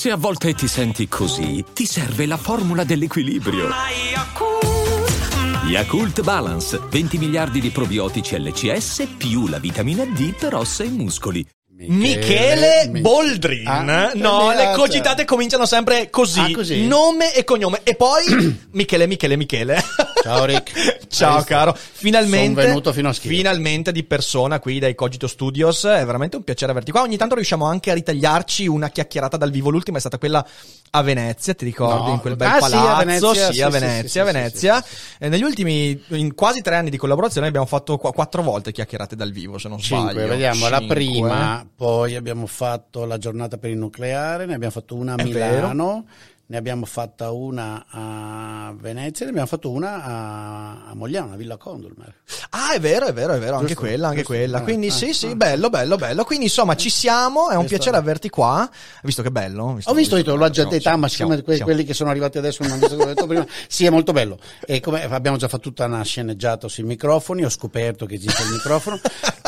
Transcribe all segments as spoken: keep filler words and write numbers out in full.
Se a volte ti senti così, ti serve la formula dell'equilibrio. Yakult Balance, venti miliardi di probiotici L C S più la vitamina D per ossa e muscoli. Michele, Michele Boldrin. Ah, no, le le cogitate cominciano sempre così, ah, così, nome e cognome. E poi Michele, Michele, Michele. Ciao Rick. Ciao caro. Finalmente, sono venuto fino a Schio. Finalmente di persona qui dai Cogito Studios. È veramente un piacere averti qua. Ogni tanto riusciamo anche a ritagliarci una chiacchierata dal vivo. L'ultima è stata quella a Venezia, ti ricordi? No. In quel bel ah, palazzo. Sì, a Venezia, sì, sì, a sì, Venezia, sì, a sì, Venezia. Sì, sì, sì. E negli ultimi, in quasi tre anni di collaborazione abbiamo fatto qu- quattro volte chiacchierate dal vivo, se non Cinque, sbaglio. vediamo, Cinque. la prima, poi abbiamo fatto la giornata per il nucleare, ne abbiamo fatto una a È Milano, vero. ne abbiamo fatta una a Venezia e ne abbiamo fatto una a, a Mogliano, a Villa Condulmer. Ah, è vero, è vero, è vero, anche Giusto, quella, anche giusto. quella. Ah, Quindi ah, sì, sì, ah. bello, bello, bello. Quindi insomma ci siamo, è un Questo piacere è. averti qua. Hai visto che bello? Ho visto, io l'ho già siamo- detto, ma siamo- siccome que- siamo- quelli che sono arrivati adesso non hanno visto come ho detto prima, sì, è molto bello. E come abbiamo già fatto tutta una sceneggiata sui microfoni, ho scoperto che esiste il microfono,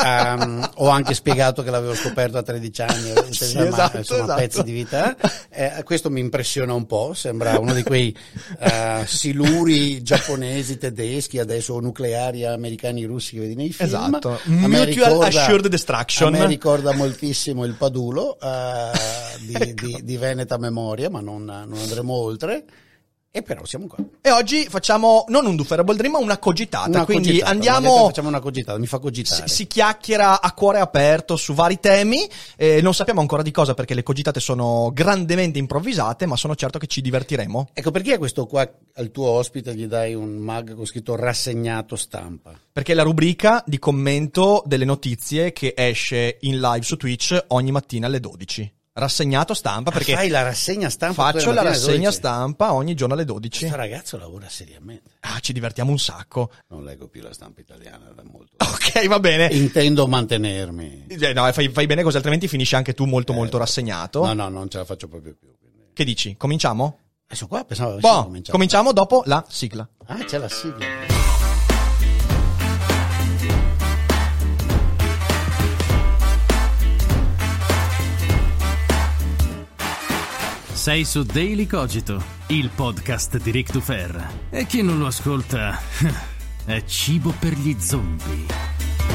um, ho anche spiegato che l'avevo scoperto a tredici anni, Sì, ma, esatto, insomma, esatto. pezzi di vita. Eh, questo mi impressiona un po', sembra uno di quei uh, siluri giapponesi, tedeschi, adesso nucleari, americani, russi che vedi nei film. Esatto. A me Mutual ricorda- Assured Destruction. A me ricorda moltissimo il Padulo uh, di, di, di Veneta memoria, ma non, non andremo oltre. E però siamo qua. E oggi facciamo non un Dufferable Dream, ma una cogitata. Una Quindi cogitata, mi ha detto che andiamo. facciamo una cogitata, mi fa cogitare. Si, si chiacchiera a cuore aperto su vari temi, eh, non sappiamo ancora di cosa perché le cogitate sono grandemente improvvisate, ma sono certo che ci divertiremo. Ecco, perché questo qua al tuo ospite gli dai un mug con scritto rassegnato stampa? Perché è la rubrica di commento delle notizie che esce in live su Twitch ogni mattina alle dodici. Rassegnato stampa perché Fai la rassegna stampa? faccio la mattina alle rassegna dodici? stampa ogni giorno alle dodici. Questo ragazzo lavora seriamente. Ah, ci divertiamo un sacco. Non leggo più la stampa italiana da molto. Ok, va bene. Intendo mantenermi. Eh, No, fai, fai bene così, altrimenti finisci anche tu molto molto rassegnato. No, no, non ce la faccio proprio più. Quindi. Che dici? Cominciamo? Adesso qua pensavo avessi Boh, cominciato. cominciamo dopo la sigla. Ah, c'è la sigla. Sei su Daily Cogito, il podcast di Rick Dufer. E chi non lo ascolta è cibo per gli zombie.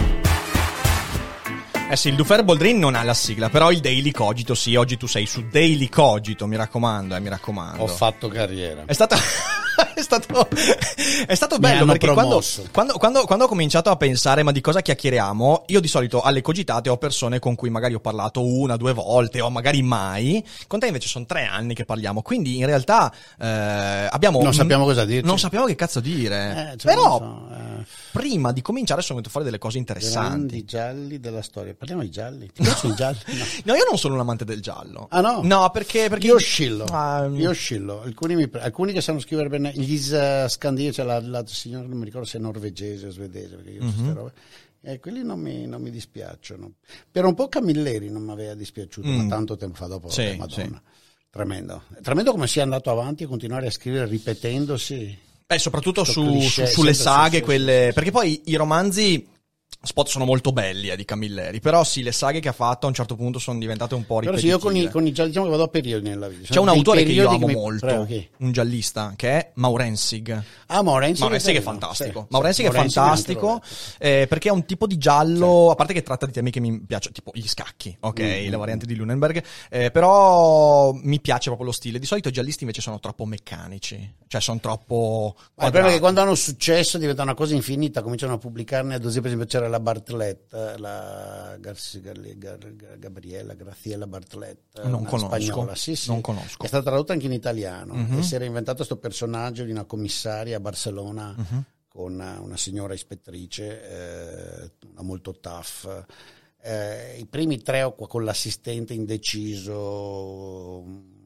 Eh sì, il Dufferable Dream non ha la sigla, però il Daily Cogito sì, oggi tu sei su Daily Cogito, mi raccomando, eh, mi raccomando. Ho fatto carriera. È stato è stato è stato Mi bello hanno perché quando, promosso. quando, quando, quando ho cominciato a pensare ma di cosa chiacchieriamo, io di solito alle cogitate ho persone con cui magari ho parlato una, due volte o magari mai, con te invece sono tre anni che parliamo, quindi in realtà eh, abbiamo Non sappiamo cosa dirci. non sappiamo che cazzo dire, Eh, cioè, però non so, eh, prima di cominciare sono venute fuori delle cose interessanti. grandi gialli della storia. Parliamo di gialli. Ti piacciono i gialli? No. No, io non sono un amante del giallo. Ah no? No, perché perché Io oscillo. Ah, Io oscillo. Alcuni, mi, pre- alcuni che sanno scrivere bene, gli uh, scandinavi, cioè la, la signora non mi ricordo se è norvegese o svedese, perché io mm-hmm. robe. E quelli non mi, non mi dispiacciono. Per un po' Camilleri non mi aveva dispiaciuto, Mm. ma tanto tempo fa dopo, Sì, vabbè, Madonna. sì. Tremendo. Tremendo come sia andato avanti e continuare a scrivere ripetendosi. Beh, soprattutto Sto su, cliché, su- sulle sempre, saghe, sì, sì, quelle. sì, sì. Perché poi i romanzi spot sono molto belli eh, di Camilleri, però sì, le saghe che ha fatto a un certo punto sono diventate un po' Però ripetitive. sì, io con i, con i gialli diciamo che vado a periodi nella vita. C'è Sono un dei autore che io periodi amo mi- molto, Prego, chi? un giallista, che è Maurensig. Ah, Maurensig, Maurensig è carino. fantastico. Sì, Maurensig sì, è Maurensig fantastico anche l'ho eh, perché è un tipo di giallo, a parte che tratta di temi che mi piacciono, tipo gli scacchi, ok, Mm-hmm. le varianti di Lunenberg, eh, però mi piace proprio lo stile. Di solito i giallisti invece sono troppo meccanici, cioè sono troppo Ma il problema è che quando hanno successo diventa una cosa infinita, cominciano a pubblicarne a due, per esempio c'era la Bartlett, la Garci- Gar- Gar- Gabriella, Graziella Bartlett, Non una conosco, spagnola, sì, sì. non conosco. È stata tradotta anche in italiano Mhm. e si era inventato questo personaggio di una commissaria a Barcellona Mhm. con una, una signora ispettrice, eh, una molto tough. Eh, i primi tre o qua- con l'assistente indeciso,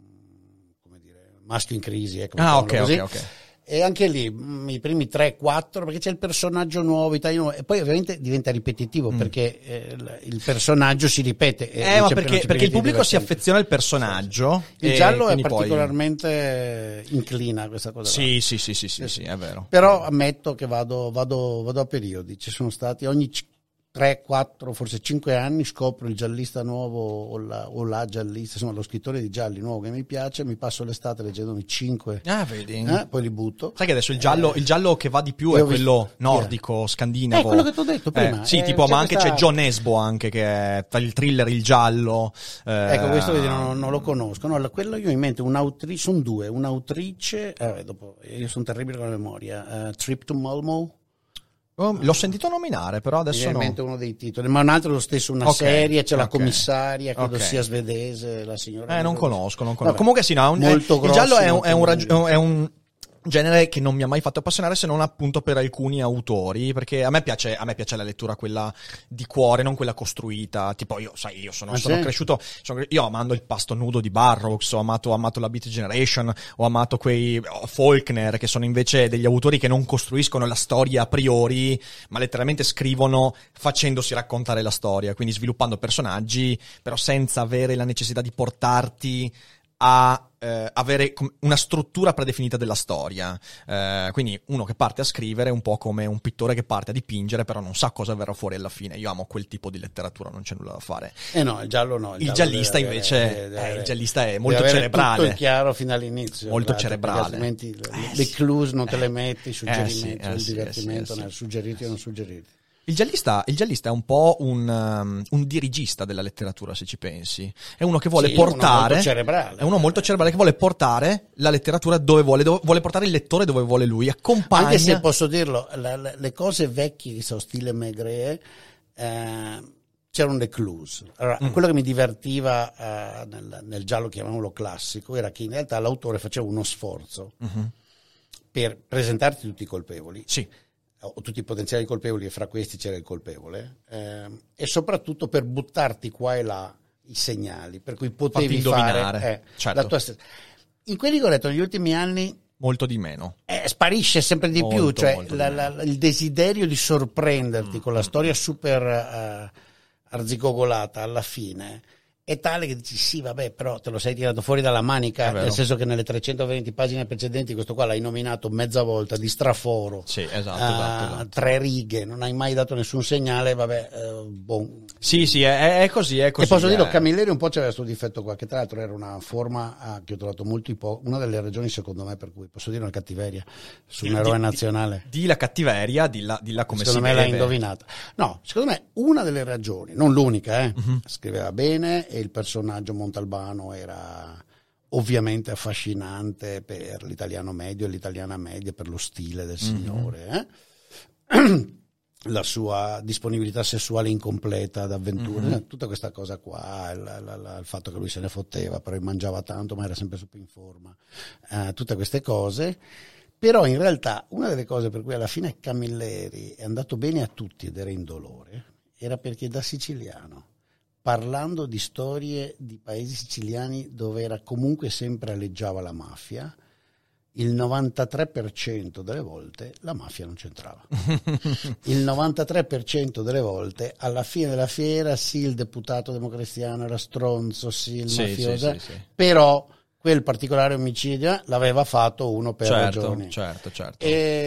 come dire, maschio in crisi, ecco, Ah, mettiamolo ok, così. ok, ok. E anche lì mh, i primi tre quattro, perché c'è il personaggio nuovo italiano e poi ovviamente diventa ripetitivo Mm. perché eh, l- il personaggio si ripete. e Eh, non ma c'è- perché, non c'è perché il più pubblico si divertente. affeziona al personaggio. Il e giallo è quindi poi- particolarmente inclina a questa cosa. Sì, là. sì, sì, sì, sì, sì, è vero. Però ammetto che vado, vado, vado a periodi. Ci sono stati ogni tre, quattro, forse cinque anni scopro il giallista nuovo o la, o la giallista, insomma lo scrittore di gialli nuovo che mi piace, mi passo l'estate leggendomi cinque, ah, vedi? Eh, poi li butto. Sai che adesso il giallo, eh, il giallo che va di più è quello visto, nordico, yeah. scandinavo. È quello che ti ho detto prima. Eh, sì, eh, tipo, c'è ma anche questa... c'è John Esbo anche, che è tra il thriller, il giallo. Eh... Ecco, questo vedi, non, non lo conosco. No, quello io ho in mente un'autrice, sono due, un'autrice, eh, dopo, io sono terribile con la memoria, uh, Trip to Malmo. Oh, l'ho sentito nominare, però adesso no. È uno dei titoli, ma un altro lo stesso, una okay, serie, c'è okay. la commissaria, credo okay. sia svedese, la signora. Eh, non conosco, non conosco. Vabbè, comunque sì, no, un, molto il giallo è un, è, un raggi- è un genere che non mi ha mai fatto appassionare, se non appunto per alcuni autori, perché a me piace, a me piace la lettura quella di cuore, non quella costruita. Tipo io, sai, io sono, ah, sono sì? cresciuto, sono, io amando il pasto nudo di Burroughs, ho amato, ho amato la Beat Generation, ho amato quei oh, Faulkner, che sono invece degli autori che non costruiscono la storia a priori, ma letteralmente scrivono facendosi raccontare la storia, quindi sviluppando personaggi, però senza avere la necessità di portarti a eh, avere una struttura predefinita della storia, eh, quindi uno che parte a scrivere un po' come un pittore che parte a dipingere, però non sa cosa verrà fuori alla fine. Io amo quel tipo di letteratura, non c'è nulla da fare. Eh no, il giallo no. Il, il giallo giallista deve, invece deve, deve, eh, il giallista è molto deve avere cerebrale, tutto chiaro fino all'inizio, molto guarda, cerebrale, altrimenti eh, le sì. clues non te le metti, i eh suggerimenti, sì, eh il sì, divertimento, eh sì, nel sì. suggeriti o non suggeriti. Il giallista, il giallista è un po' un, um, un dirigista della letteratura, se ci pensi. È uno che vuole sì, portare. Uno molto cerebrale. È uno molto cerebrale che vuole portare la letteratura dove vuole, dove, vuole portare il lettore dove vuole lui. Accompagna. Anche se posso dirlo, la, la, le cose vecchie che sono stile Maigret, eh, c'erano le clues. Allora, mm. quello che mi divertiva uh, nel, nel giallo, chiamiamolo classico, era che in realtà l'autore faceva uno sforzo mm-hmm. per presentarti tutti i colpevoli. Sì. O tutti i potenziali colpevoli, e fra questi c'era il colpevole, ehm, e soprattutto per buttarti qua e là i segnali, per cui potevi fare eh, certo. la tua stessa. In quelli che ho letto negli ultimi anni molto di meno, eh, sparisce sempre di molto, più, cioè molto la, di la, il desiderio di sorprenderti mm. con la storia super uh, arzigogolata alla fine è tale che dici sì vabbè, però te lo sei tirato fuori dalla manica, nel senso che nelle trecentoventi pagine precedenti questo qua l'hai nominato mezza volta di straforo, sì, esatto, uh, esatto, esatto. tre righe, non hai mai dato nessun segnale, vabbè, uh, bon. Sì, sì, è, è così, è così. E posso è... dirlo, Camilleri un po' c'era questo difetto qua, che tra l'altro era una forma uh, che ho trovato molto ipo- una delle ragioni secondo me per cui, posso dire una cattiveria su un di, eroe nazionale. Di, di la cattiveria, di là, di là come secondo si me deve. L'hai indovinata. No, secondo me una delle ragioni, non l'unica, eh, uh-huh. scriveva bene e il personaggio Montalbano era ovviamente affascinante per l'italiano medio e l'italiana media, per lo stile del signore, eh? La sua disponibilità sessuale incompleta d'avventure, mm-hmm. tutta questa cosa qua, la, la, la, il fatto che lui se ne fotteva, però mangiava tanto ma era sempre super in forma, eh, tutte queste cose. Però in realtà una delle cose per cui alla fine Camilleri è andato bene a tutti ed era indolore era perché da siciliano, parlando di storie di paesi siciliani dove era comunque sempre aleggiava la mafia, il novantatré per cento delle volte la mafia non c'entrava. Il novantatré per cento delle volte alla fine della fiera sì, il deputato democristiano era stronzo, sì, il sì, mafioso, sì, sì, sì. però quel particolare omicidio l'aveva fatto uno per certo, ragioni. Certo, certo.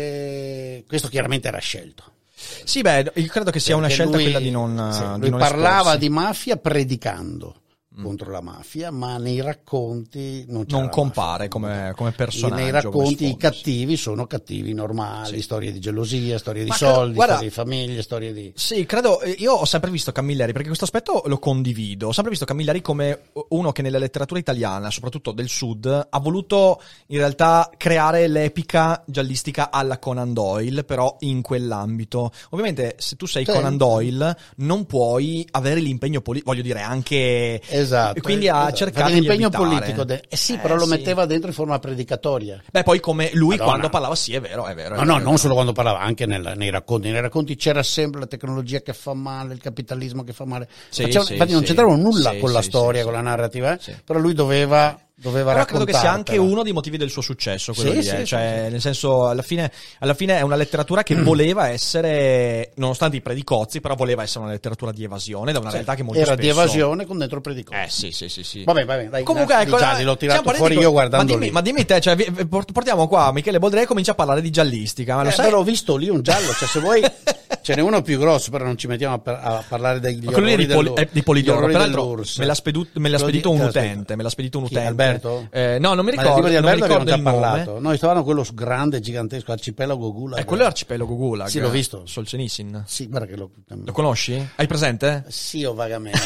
E questo chiaramente era scelto. Sì, beh, io credo che sia perché una scelta lui, quella di non sì, di lui non parlava esporsi. di mafia predicando mm. contro la mafia, ma nei racconti non, c'era non compare come, come personaggio. Nei racconti i sfondo, cattivi sì. sono cattivi normali, sì. storie di gelosia, storie di ma soldi, guarda, storie di famiglie, storie di... Sì, credo, io ho sempre visto Camilleri, perché questo aspetto lo condivido, ho sempre visto Camilleri come uno che nella letteratura italiana, soprattutto del sud, ha voluto in realtà creare l'epica giallistica alla Conan Doyle, però in quell'ambito. Ovviamente se tu sei sì. Conan Doyle non puoi avere l'impegno politico, voglio dire, anche... Esatto. Quindi ha esatto. cercato l'impegno di evitare. politico, de... eh sì, però eh, lo sì. metteva dentro in forma predicatoria. Beh, poi come lui Madonna. quando parlava, sì, è vero, è vero. È no, vero, no, è non vero. solo quando parlava, anche nel, nei racconti. Nei racconti c'era sempre la tecnologia che fa male, il capitalismo che fa male. Sì, Faceva, sì, infatti non sì. c'entravano nulla sì, con la sì, storia, sì, con sì. la narrativa, eh? Sì. Però lui doveva... doveva Però credo che sia anche raccontartela. uno dei motivi del suo successo, quello Sì, lì, sì, eh. sì, cioè sì. nel senso alla fine, alla fine è una letteratura che voleva essere, nonostante i predicozzi, però voleva essere una letteratura di evasione da una Sì, realtà che molto era spesso di evasione con dentro predicozzi. Eh sì sì sì sì. Vabbè, vabbè, dai. Comunque dai, ecco, Gialli, l'ho tirato siamo fuori partiti- io guardando ma dimmi, lì. ma dimmi te, cioè vi- portiamo qua Michele Baudrey, comincia a parlare di giallistica, ma lo Eh, sai? però ho visto lì un giallo, cioè se vuoi Ce n'è uno più grosso, però non ci mettiamo a, par- a parlare degli quello lì orrori di, poli- dell'u- di Polidoro. gli orrori Peraltro dell'U R S S. me l'ha, spedu- me l'ha spedito Quello un di- utente. Me l'ha spedito un Chi, utente. Alberto? Eh, no, non mi Ma ricordo. il tipo di non mi Alberto che non ricordo ti ha il nome. parlato. Noi stavamo quello grande, gigantesco, arcipelago Gulag. Eh, quello è Arcipelago Gulag. Sì, l'ho visto. Solzhenitsyn. Sì, guarda che lo... Lo conosci? Hai presente? Sì, o vagamente.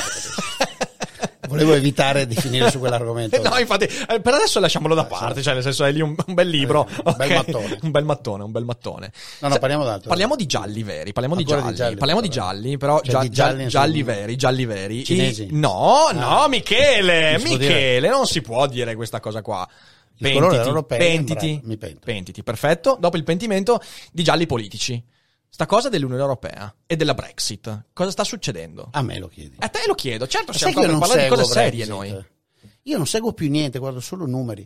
Volevo evitare di finire su quell'argomento. No, infatti, eh, per adesso lasciamolo da parte, cioè nel senso è lì un, un bel libro, Un bel ok? mattone. un bel mattone, un bel mattone. No, no, Se- parliamo d'altro. Parliamo di gialli veri, parliamo di Ancora gialli, di gialli, parliamo di però. gialli, però Cioè, gia- di gia- gialli, gialli insomma. veri, gialli veri. Cinesi? I- no, no, Ah. Michele, Non si può Michele, dire. non si può dire questa cosa qua. Il colore della Pentiti, loro pelle, pentiti, bravo, mi pento. pentiti, perfetto. Dopo il pentimento di gialli politici. Sta cosa dell'Unione Europea e della Brexit. Cosa sta succedendo? A me lo chiedi. A te lo chiedo, certo, Sai stiamo che io qua per non parlare di seguo cose serie Brexit. noi. Io non seguo più niente, guardo solo numeri.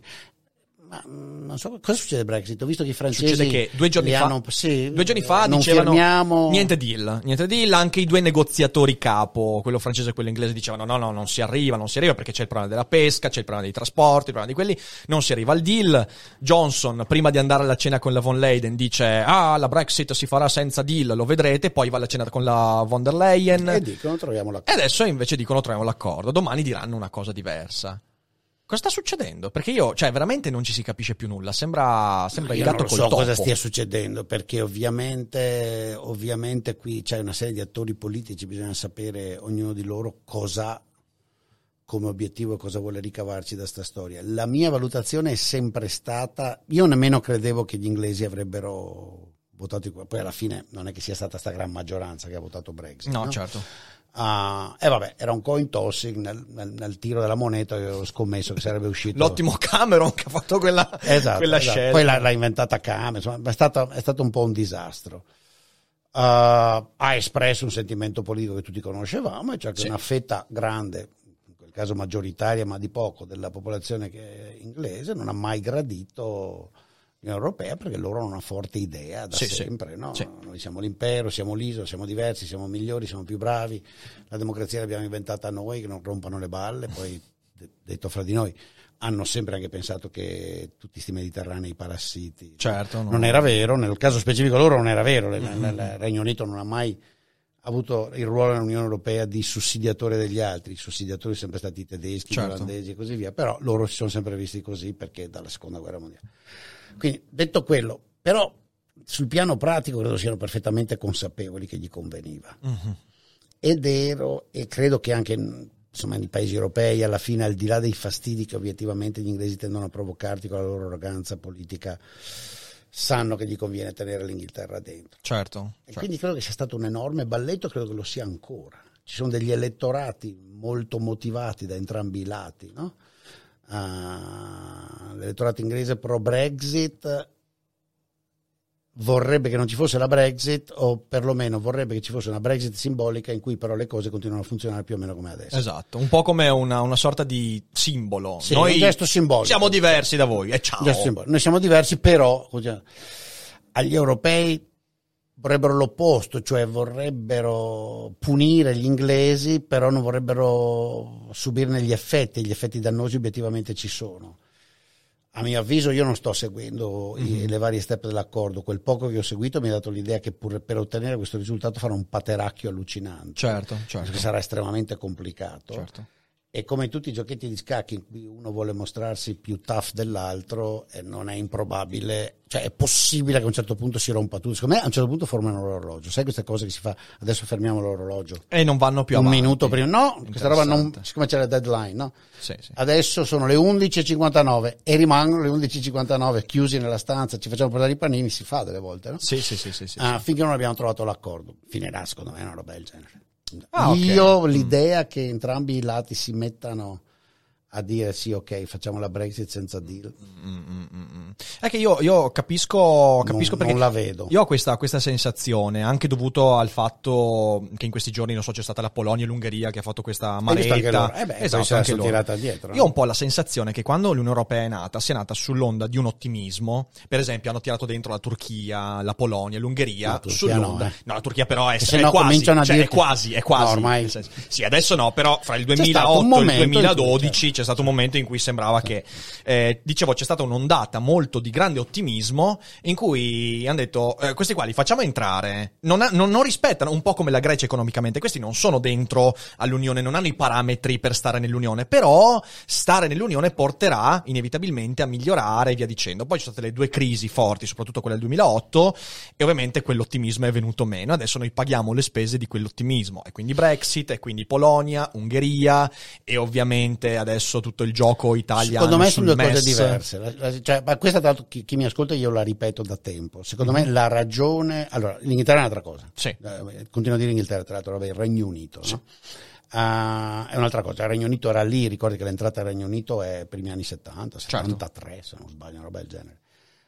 Ma mm, non so cosa succede Brexit. Ho visto che i francesi Succede che due giorni li fa, hanno, sì, due giorni fa non dicevano firmiamo. niente deal, niente deal, anche i due negoziatori capo, quello francese e quello inglese, dicevano no, no, non si arriva, non si arriva perché c'è il problema della pesca, c'è il problema dei trasporti, il problema di quelli, non si arriva al deal. Johnson, prima di andare alla cena con la von Leyen, dice ah, la Brexit si farà senza deal, lo vedrete, poi va alla cena con la von der Leyen. E dicono troviamo la E adesso invece dicono troviamo l'accordo, domani diranno una cosa diversa. Cosa sta succedendo? Perché io, cioè, veramente non ci si capisce più nulla. Sembra, sembra il Io gatto non col so topo. cosa stia succedendo, perché ovviamente, ovviamente qui c'è una serie di attori politici, bisogna sapere ognuno di loro cosa ha come obiettivo e cosa vuole ricavarci da sta storia. La mia valutazione è sempre stata, io nemmeno credevo che gli inglesi avrebbero votato, poi alla fine non è che sia stata sta gran maggioranza che ha votato Brexit. No, no? certo. Uh, e vabbè, era un coin tossing nel, nel, nel tiro della moneta, io avevo scommesso che sarebbe uscito L'ottimo Cameron che ha fatto quella, esatto, quella esatto. scelta. Poi l'ha, l'ha inventata Cameron, insomma, è stato, è stato un po' un disastro. Uh, ha espresso un sentimento politico che tutti conoscevamo, e cioè che Sì. una fetta grande, in quel caso maggioritaria ma di poco, della popolazione che è inglese non ha mai gradito l'Unione Europea perché loro hanno una forte idea da Sì, sì. sempre, no? Sì. Noi siamo l'impero, siamo l'isola, siamo diversi, siamo migliori, siamo più bravi, la democrazia l'abbiamo inventata noi, che non rompano le balle. Poi de- detto fra di noi, hanno sempre anche pensato che tutti questi mediterranei parassiti, Certo, no. non era vero, nel caso specifico loro non era vero, il mm-hmm. Regno Unito non ha mai avuto il ruolo nell'Unione Europea di sussidiatore degli altri, i sussidiatori sono sempre stati i tedeschi, Certo. gli olandesi e così via, però loro si sono sempre visti così perché dalla seconda guerra mondiale. Quindi detto quello, però sul piano pratico credo siano perfettamente consapevoli che gli conveniva. Mm-hmm. Ed ero, e credo che anche insomma nei paesi europei alla fine, al di là dei fastidi che obiettivamente gli inglesi tendono a provocarti con la loro arroganza politica, sanno che gli conviene tenere l'Inghilterra dentro. Certo. E quindi credo che sia stato un enorme balletto, credo che lo sia ancora. Ci sono degli elettorati molto motivati da entrambi i lati, no? Uh, l'elettorato inglese pro Brexit vorrebbe che non ci fosse la Brexit, o perlomeno vorrebbe che ci fosse una Brexit simbolica in cui però le cose continuano a funzionare più o meno come adesso. Esatto, un po' come una, una sorta di simbolo. Sì, Noi un gesto simbolico. siamo diversi da voi e ciao. Un gesto simbolico. Noi siamo diversi, però agli europei vorrebbero l'opposto, cioè vorrebbero punire gli inglesi, però non vorrebbero subirne gli effetti, gli effetti dannosi obiettivamente ci sono. A mio avviso io non sto seguendo mm-hmm. i, le varie step dell'accordo, quel poco che ho seguito mi ha dato l'idea che pur per ottenere questo risultato farà un pateracchio allucinante. Certo, certo. Che sarà estremamente complicato. Certo. E come tutti i giochetti di scacchi in cui uno vuole mostrarsi più tough dell'altro, eh, non è improbabile, cioè è possibile che a un certo punto si rompa tutto. Secondo me a un certo punto formano l'orologio. Sai queste cose che si fa, adesso fermiamo l'orologio. E non vanno più un avanti. minuto prima. No, questa roba non, siccome c'è la deadline, no? Sì, sì. Adesso sono le undici e cinquantanove e rimangono le undici e cinquantanove chiusi nella stanza, ci facciamo portare i panini, si fa delle volte, no? Sì, sì, sì, sì, sì, ah, sì. Finché non abbiamo trovato l'accordo. Finirà secondo me una roba del genere. Ah, okay. Io ho l'idea mm. che entrambi i lati si mettano a dire sì, ok, facciamo la Brexit senza deal. Mm, mm, mm. È che io, io capisco, capisco non, perché non la vedo. Io ho questa, questa sensazione, anche dovuto al fatto che in questi giorni, non so, c'è stata la Polonia e l'Ungheria che ha fatto questa maretta. Eh beh, esatto, poi anche se la loro. tirata dietro. Io ho un po' la sensazione che quando l'Unione Europea è nata, sia nata sull'onda di un ottimismo. Per esempio, hanno tirato dentro la Turchia, la Polonia, l'Ungheria. La Turchia sull'onda. no, eh. no, la Turchia però è, se è no quasi, cominciano a cioè, dirti- è quasi, è quasi. No, ormai- nel senso- sì, adesso no, però fra il stato un duemilaotto e il momento in cui, duemiladodici certo. c'è stato un momento in cui sembrava che, eh, dicevo, c'è stata un'ondata molto di grande ottimismo in cui hanno detto, eh, questi qua li facciamo entrare, non, ha, non, non rispettano, un po' come la Grecia economicamente, questi non sono dentro all'Unione, non hanno i parametri per stare nell'Unione, però stare nell'Unione porterà inevitabilmente a migliorare e via dicendo. Poi ci sono state le due crisi forti, soprattutto quella del duemilaotto, e ovviamente quell'ottimismo è venuto meno. Adesso noi paghiamo le spese di quell'ottimismo, e quindi Brexit, e quindi Polonia, Ungheria, e ovviamente adesso tutto il gioco Italia. Secondo me sono due M E S. cose diverse. La, la, cioè, ma questa, tra l'altro, chi, chi mi ascolta, io la ripeto da tempo. Secondo mm-hmm. me la ragione, allora, l'Inghilterra è un'altra cosa. Sì. Eh, continuo a dire Inghilterra, tra l'altro, vabbè, il Regno Unito, sì. no? Uh, è un'altra cosa. Il Regno Unito era lì, ricordi che l'entrata del Regno Unito è primi anni settanta, settantatré, certo. Se non sbaglio, una roba del genere.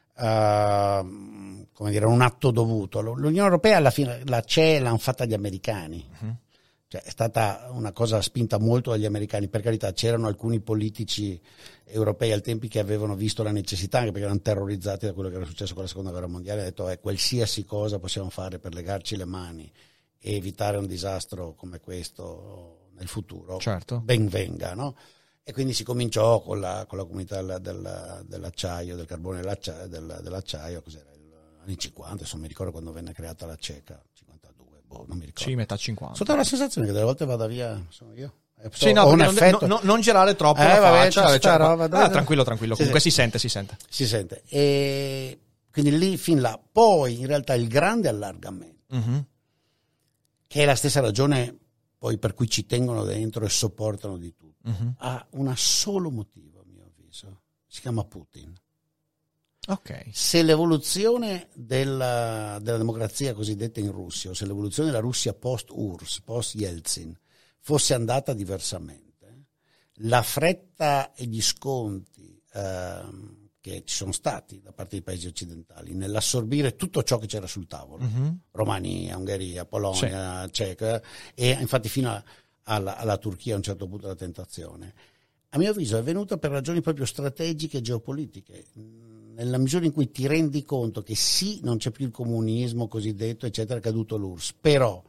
Uh, come dire, un atto dovuto. L'Unione Europea alla fine, la C E l'hanno fatta gli americani. Uh-huh. Cioè, è stata una cosa spinta molto dagli americani. Per carità, c'erano alcuni politici europei al tempo che avevano visto la necessità, anche perché erano terrorizzati da quello che era successo con la seconda guerra mondiale, e hanno detto eh, qualsiasi cosa possiamo fare per legarci le mani e evitare un disastro come questo nel futuro, certo. Ben venga, no? E quindi si cominciò con la, con la comunità della, della, dell'acciaio, del carbone dell'acciaio, della, dell'acciaio, cos'era, negli anni cinquanta, insomma mi ricordo quando venne creata la CECA, cinquantadue, boh, non mi ricordo. Sì, metà cinquanta. Sotto la sensazione che delle volte vada via, sono io. Sì, no, non, effetto... no, non girare troppo eh, la vabbè, faccia, cioè, cioè, roba, ah, tranquillo, tranquillo, sì, comunque sì. si sente, si sente. Si sente. E quindi lì, fin là. Poi, in realtà, il grande allargamento, mm-hmm. che è la stessa ragione poi per cui ci tengono dentro e sopportano di tutto, mm-hmm. ha un solo motivo, a mio avviso, si chiama Putin. Ok. Se l'evoluzione della, della democrazia cosiddetta in Russia, o se l'evoluzione della Russia post-U R S S, post-Yeltsin, fosse andata diversamente, la fretta e gli sconti ehm, che ci sono stati da parte dei paesi occidentali nell'assorbire tutto ciò che c'era sul tavolo, mm-hmm. Romania, Ungheria, Polonia, sì. Ceca, e infatti fino a, alla, alla Turchia a un certo punto la tentazione, a mio avviso è venuta per ragioni proprio strategiche e geopolitiche, nella misura in cui ti rendi conto che sì, non c'è più il comunismo cosiddetto, eccetera, è caduto l'U R S S, però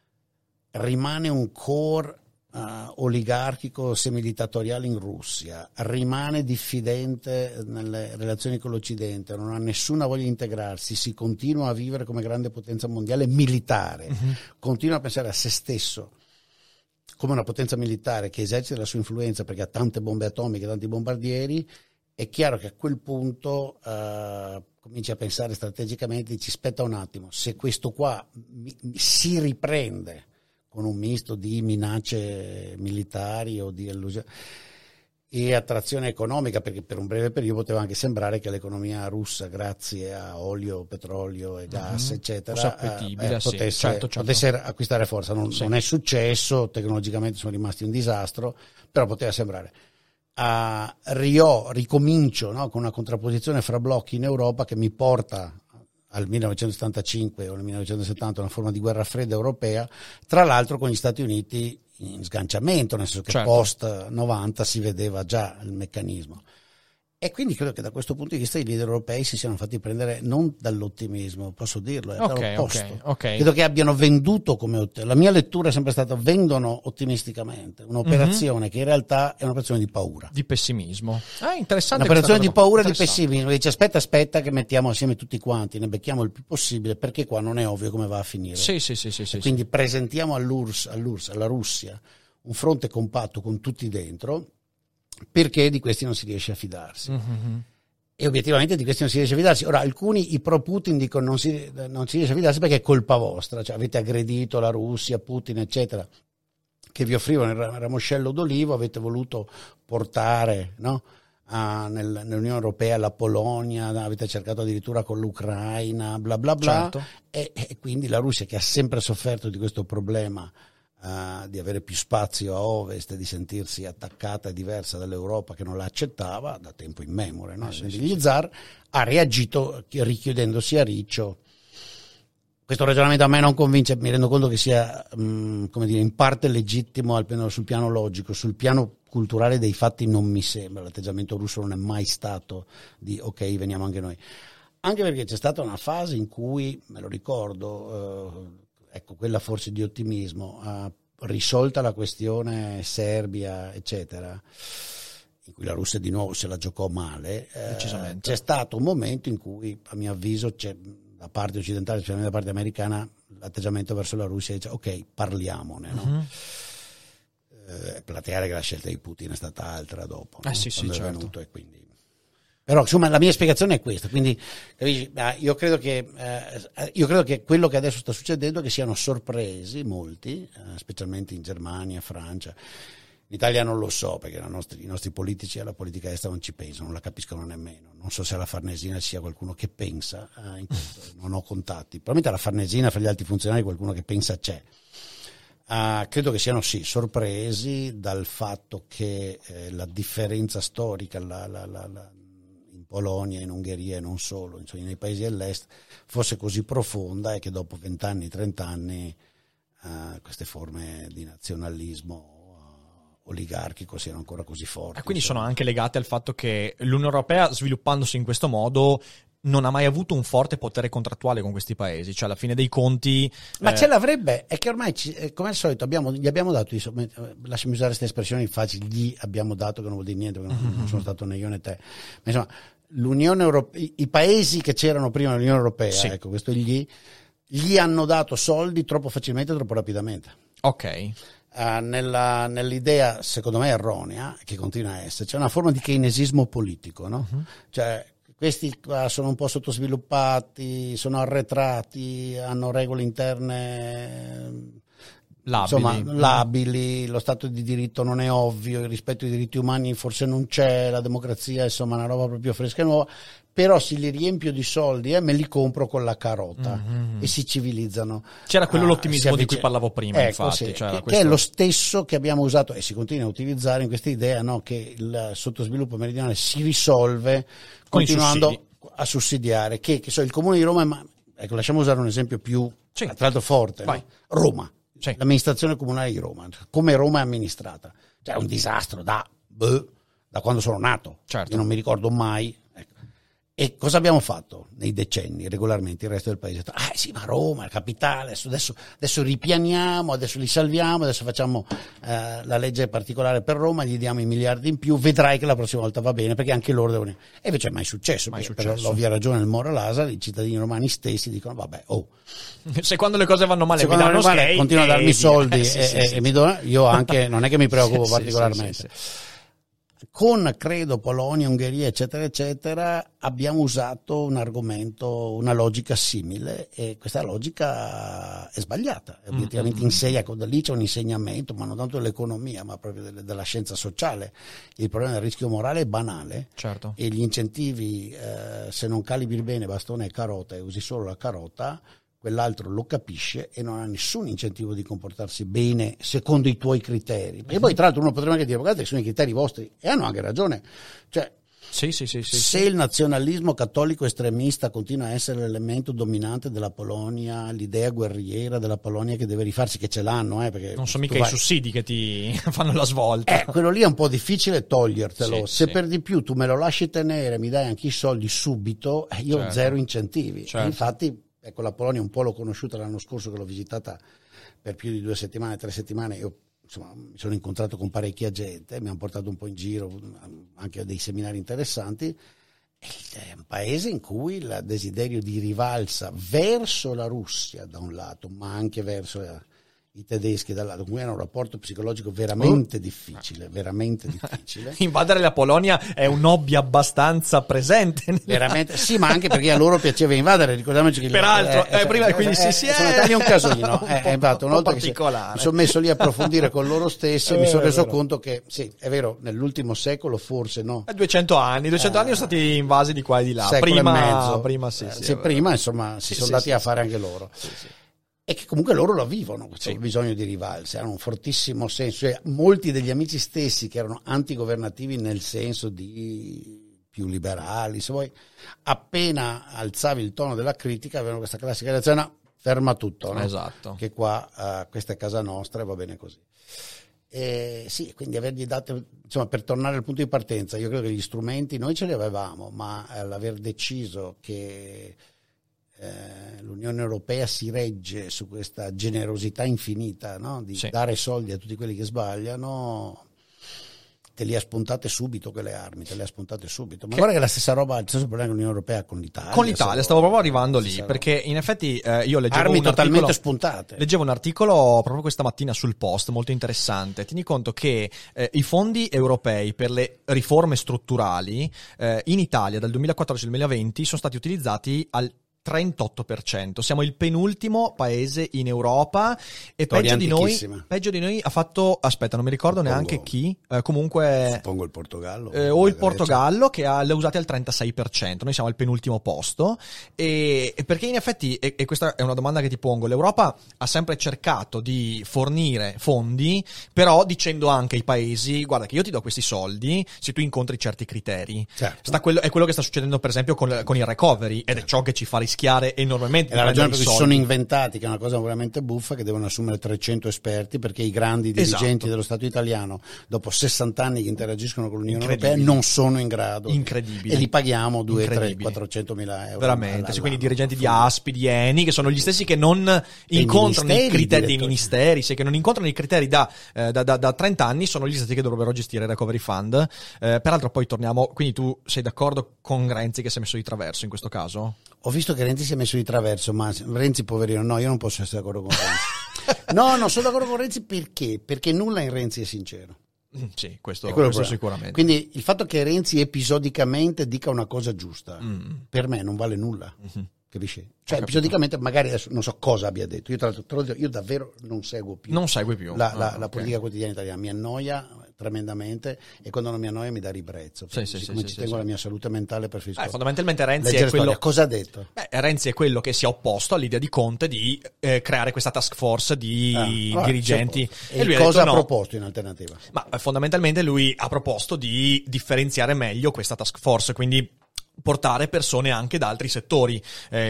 rimane un core Uh, oligarchico semidittatoriale in Russia, rimane diffidente nelle relazioni con l'Occidente, non ha nessuna voglia di integrarsi, si continua a vivere come grande potenza mondiale militare, uh-huh. continua a pensare a se stesso come una potenza militare che esercita la sua influenza perché ha tante bombe atomiche, tanti bombardieri. È chiaro che a quel punto uh, cominci a pensare strategicamente, ci aspetta un attimo, se questo qua mi, mi, si riprende con un misto di minacce militari o di illusioni e attrazione economica, perché per un breve periodo poteva anche sembrare che l'economia russa, grazie a olio, petrolio e gas, mm-hmm. eccetera, eh, eh, potesse, sì, certo, certo. potesse acquistare forza. Non, sì. non è successo, tecnologicamente sono rimasti un disastro, però poteva sembrare. A Rio ricomincio, no, con una contrapposizione fra blocchi in Europa che mi porta al millenovecentosettantacinque o nel millenovecentosettanta, una forma di guerra fredda europea, tra l'altro con gli Stati Uniti in sganciamento, nel senso che certo. post novanta si vedeva già il meccanismo. E quindi credo che da questo punto di vista i leader europei si siano fatti prendere non dall'ottimismo, posso dirlo, è okay, dall'opposto. Okay, okay. Credo che abbiano venduto come la mia lettura è sempre stata vendono ottimisticamente un'operazione mm-hmm. che in realtà è un'operazione di paura. Di pessimismo. Ah, interessante. Un'operazione di paura e di pessimismo. Dice aspetta, aspetta che mettiamo assieme tutti quanti, ne becchiamo il più possibile perché qua non è ovvio come va a finire. Sì, sì, sì, sì, sì, quindi sì. presentiamo all'U R S S, all'U R S S, alla Russia, un fronte compatto con tutti dentro perché di questi non si riesce a fidarsi. Mm-hmm. E obiettivamente di questi non si riesce a fidarsi. Ora, alcuni, i pro Putin, dicono non si, non si riesce a fidarsi perché è colpa vostra, cioè avete aggredito la Russia, Putin, eccetera, che vi offrivano il ramoscello d'olivo, avete voluto portare, no, a, nel, nell'Unione Europea la Polonia, avete cercato addirittura con l'Ucraina, bla bla bla, certo. e, e quindi la Russia, che ha sempre sofferto di questo problema, Uh, di avere più spazio a ovest e di sentirsi attaccata e diversa dall'Europa che non la accettava da tempo immemore, no? sì, Gli sì, zar ha reagito richiudendosi a riccio. Questo ragionamento a me non convince, mi rendo conto che sia um, come dire, in parte legittimo almeno sul piano logico, sul piano culturale dei fatti non mi sembra. L'atteggiamento russo non è mai stato di ok, veniamo anche noi, anche perché c'è stata una fase in cui, me lo ricordo, uh, ecco, quella forse di ottimismo, ha risolta la questione Serbia, eccetera. in cui la Russia di nuovo se la giocò male, eh, Decisamente. c'è stato un momento in cui, a mio avviso, c'è, da parte occidentale, specialmente da parte americana, l'atteggiamento verso la Russia dice ok, parliamone, no? Mm-hmm. Eh, plateare che la scelta di Putin è stata altra dopo, eh no? sì, sì, Quando è certo. venuto, e quindi... Però insomma la mia spiegazione è questa, quindi capisci? Io credo che eh, io credo che quello che adesso sta succedendo è che siano sorpresi molti, eh, specialmente in Germania, Francia. In Italia non lo so, perché la nostri, i nostri politici alla politica estera non ci pensano, non la capiscono nemmeno. Non so se alla Farnesina ci sia qualcuno che pensa eh, in questo, non ho contatti. Probabilmente alla Farnesina, fra gli altri funzionari, qualcuno che pensa c'è. Uh, credo che siano sì sorpresi dal fatto che eh, la differenza storica la, la, la, la, in Polonia, in Ungheria e non solo, insomma, nei paesi dell'est fosse così profonda, e che dopo vent'anni, trent'anni uh, queste forme di nazionalismo oligarchico siano ancora così forti. E quindi insomma. sono anche legate al fatto che l'Unione Europea, sviluppandosi in questo modo, non ha mai avuto un forte potere contrattuale con questi paesi, cioè alla fine dei conti... Ma eh... ce l'avrebbe, è che ormai, ci, come al solito, abbiamo, gli abbiamo dato, lasciami usare queste espressioni facili, gli abbiamo dato, che non vuol dire niente, perché non, non sono stato né io né te, ma insomma, l'Unione Europea, i, i paesi che c'erano prima dell'Unione Europea, sì. ecco, questo gli, gli hanno dato soldi troppo facilmente, troppo rapidamente. Ok. Uh, nella, nell'idea, secondo me erronea, che continua a essere, c'è una forma di keynesismo politico, no? Uh-huh. Cioè, questi qua sono un po' sottosviluppati, sono arretrati, hanno regole interne labili. Insomma, labili, lo Stato di diritto non è ovvio, il rispetto ai diritti umani forse non c'è, la democrazia insomma è una roba proprio fresca e nuova, però se li riempio di soldi e eh, me li compro con la carota mm-hmm. e si civilizzano. C'era quello ah, l'ottimismo di cui parlavo prima, ecco, infatti. Sì, cioè, che, questo... che è lo stesso che abbiamo usato e si continua a utilizzare in questa idea, no, che il sottosviluppo meridionale si risolve con continuando a sussidiare, che, che so, il Comune di Roma, ma, ecco, lasciamo usare un esempio più, sì. tra l'altro forte, no? Roma. Sì. L'amministrazione comunale di Roma, come Roma è amministrata, cioè è un disastro da, beh, da quando sono nato, certo. Io non mi ricordo mai. Ecco. E cosa abbiamo fatto nei decenni regolarmente? Il resto del paese ha detto, ah sì, ma Roma è la capitale, adesso, adesso, adesso ripianiamo, adesso li salviamo, adesso facciamo eh, la legge particolare per Roma, gli diamo i miliardi in più, vedrai che la prossima volta va bene, perché anche loro devono... E invece è mai successo, mai perché successo. per l'ovvia ragione del Moro Lasari, i cittadini romani stessi dicono, vabbè, oh... Se quando le cose vanno male se mi danno male, continuano a darmi soldi eh, sì, e, sì, e, sì. e mi do, io anche non è che mi preoccupo sì, particolarmente. Sì, sì, sì. Con credo Polonia, Ungheria eccetera eccetera abbiamo usato un argomento, una logica simile, e questa logica è sbagliata, è obiettivamente mm-hmm. insegna, da lì c'è un insegnamento, ma non tanto dell'economia ma proprio delle, della scienza sociale. Il problema del rischio morale è banale, certo. E gli incentivi, eh, se non calibri bene bastone e carota e usi solo la carota, quell'altro lo capisce e non ha nessun incentivo di comportarsi bene secondo i tuoi criteri. E poi tra l'altro uno potrebbe anche dire, guardate che sono i criteri vostri, e hanno anche ragione. Cioè, sì, sì, sì, sì, se sì. il nazionalismo cattolico estremista continua a essere l'elemento dominante della Polonia, l'idea guerriera della Polonia che deve rifarsi, che ce l'hanno, eh, perché non sono mica vai... i sussidi che ti fanno la svolta. Eh, quello lì è un po' difficile togliertelo. Sì, se sì. per di più tu me lo lasci tenere, mi dai anche i soldi subito, io certo. ho zero incentivi. Certo. Infatti, ecco, la Polonia un po' l'ho conosciuta l'anno scorso, che l'ho visitata per più di due settimane, tre settimane. Io insomma mi sono incontrato con parecchia gente, mi hanno portato un po' in giro, anche a dei seminari interessanti. È un paese in cui il desiderio di rivalsa verso la Russia da un lato, ma anche verso i tedeschi dall'altro, con cui hanno un rapporto psicologico veramente oh. difficile, veramente difficile. Invadere la Polonia è un hobby abbastanza presente. Nella... Veramente, sì, ma anche perché a loro piaceva invadere, ricordiamoci che... Peraltro, eh, eh, prima, eh, quindi eh, sì, sì, sono eh, stati un casino, eh, è infatti, una un po' volta che si, mi sono messo lì a approfondire con loro stessi e mi sono reso conto che, sì, è vero, nell'ultimo secolo forse no. duecento anni, duecento eh, anni sono stati invasi di qua e di là. Prima, e mezzo. prima sì, eh, sì, sì prima insomma si sì, sono sì, andati sì, a sì, fare sì. anche loro. Sì, sì. E che comunque loro lo vivono, questo sì. bisogno di rivalsa, hanno un fortissimo senso, cioè, molti degli amici stessi che erano antigovernativi nel senso di più liberali, se vuoi, appena alzavi il tono della critica avevano questa classica reazione, no, ferma tutto, no? Esatto. Che qua uh, questa è casa nostra e va bene così. E sì, quindi avergli dato, insomma, per tornare al punto di partenza, io credo che gli strumenti noi ce li avevamo, ma eh, l'aver deciso che Eh, l'Unione Europea si regge su questa generosità infinita, no? Di sì. dare soldi a tutti quelli che sbagliano, te li ha spuntate subito quelle armi, te le ha spuntate subito. Ma che... guarda che è la stessa roba, il stesso problema con l'Unione Europea, con l'Italia. Con l'Italia, stavo proprio arrivando lì, perché in effetti eh, io leggevo armi un totalmente articolo, spuntate. Leggevo un articolo proprio questa mattina sul Post, molto interessante. Tieni conto che eh, i fondi europei per le riforme strutturali eh, in Italia dal duemilaquattordici al duemilaventi sono stati utilizzati al trentotto per cento. Siamo il penultimo paese in Europa e peggio di noi peggio di noi ha fatto, aspetta, non mi ricordo suppongo, neanche chi, eh, comunque suppongo il Portogallo eh, o il Portogallo che ha, le ha usate al trentasei per cento. Noi siamo al penultimo posto e, e perché in effetti, e, e questa è una domanda che ti pongo, l'Europa ha sempre cercato di fornire fondi, però dicendo anche ai paesi: guarda che io ti do questi soldi se tu incontri certi criteri. Certo. Sta quello, è quello che sta succedendo per esempio con, con il recovery, ed è ciò che ci fa rischiare enormemente. È la ragione per cui si sono inventati, che è una cosa veramente buffa, che devono assumere trecento esperti, perché i grandi dirigenti esatto. dello Stato italiano, dopo sessanta anni che interagiscono con l'Unione Europea, non sono in grado. Incredibile. E li paghiamo due, tre, quattrocento mila euro. Veramente. Sì, quindi i dirigenti di A S P I, di Eni, che sono gli stessi che non incontrano i criteri dei ministeri, sì, che non incontrano i criteri da, eh, da, da, da trenta anni, sono gli stessi che dovrebbero gestire il Recovery Fund. Eh, peraltro poi torniamo, quindi tu sei d'accordo con Renzi che si è messo di traverso in questo caso? Ho visto che Renzi si è messo di traverso, ma Renzi poverino, no, io non posso essere d'accordo con Renzi. No, non sono d'accordo con Renzi perché? Perché nulla in Renzi è sincero. Mm, sì, questo, questo sicuramente. Quindi il fatto che Renzi episodicamente dica una cosa giusta, mm. per me non vale nulla. Mm-hmm. Capisci? Cioè, episodicamente, magari adesso non so cosa abbia detto. Io, tra l'altro, io davvero non seguo più. Non segui più. La, la, ah, la okay. politica quotidiana italiana mi annoia tremendamente, e quando non mi annoia mi dà ribrezzo. Sì, sì, siccome sì, ci sì, tengo sì. la mia salute mentale, preferisco. Eh, fondamentalmente Renzi è quello. Storia. Cosa ha detto? Beh, Renzi è quello che si è opposto all'idea di Conte di eh, creare questa task force di ah, dirigenti. E, e lui cosa ha, detto, ha no. proposto in alternativa? Ma eh, fondamentalmente lui ha proposto di differenziare meglio questa task force, quindi portare persone anche da altri settori,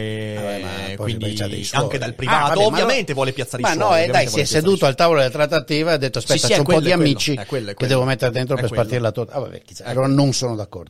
eh, vabbè, quindi anche dal privato. Ah, vabbè, ovviamente vuole piazzare ma i suoi. Ma no, eh, dai, si è seduto al tavolo delle trattative e ha detto: aspetta, sì, sì, c'è un quello, po' di quello, amici quello, quello, che devo mettere dentro per quello. spartire la torta. Ah, vabbè, chissà, allora non sono d'accordo.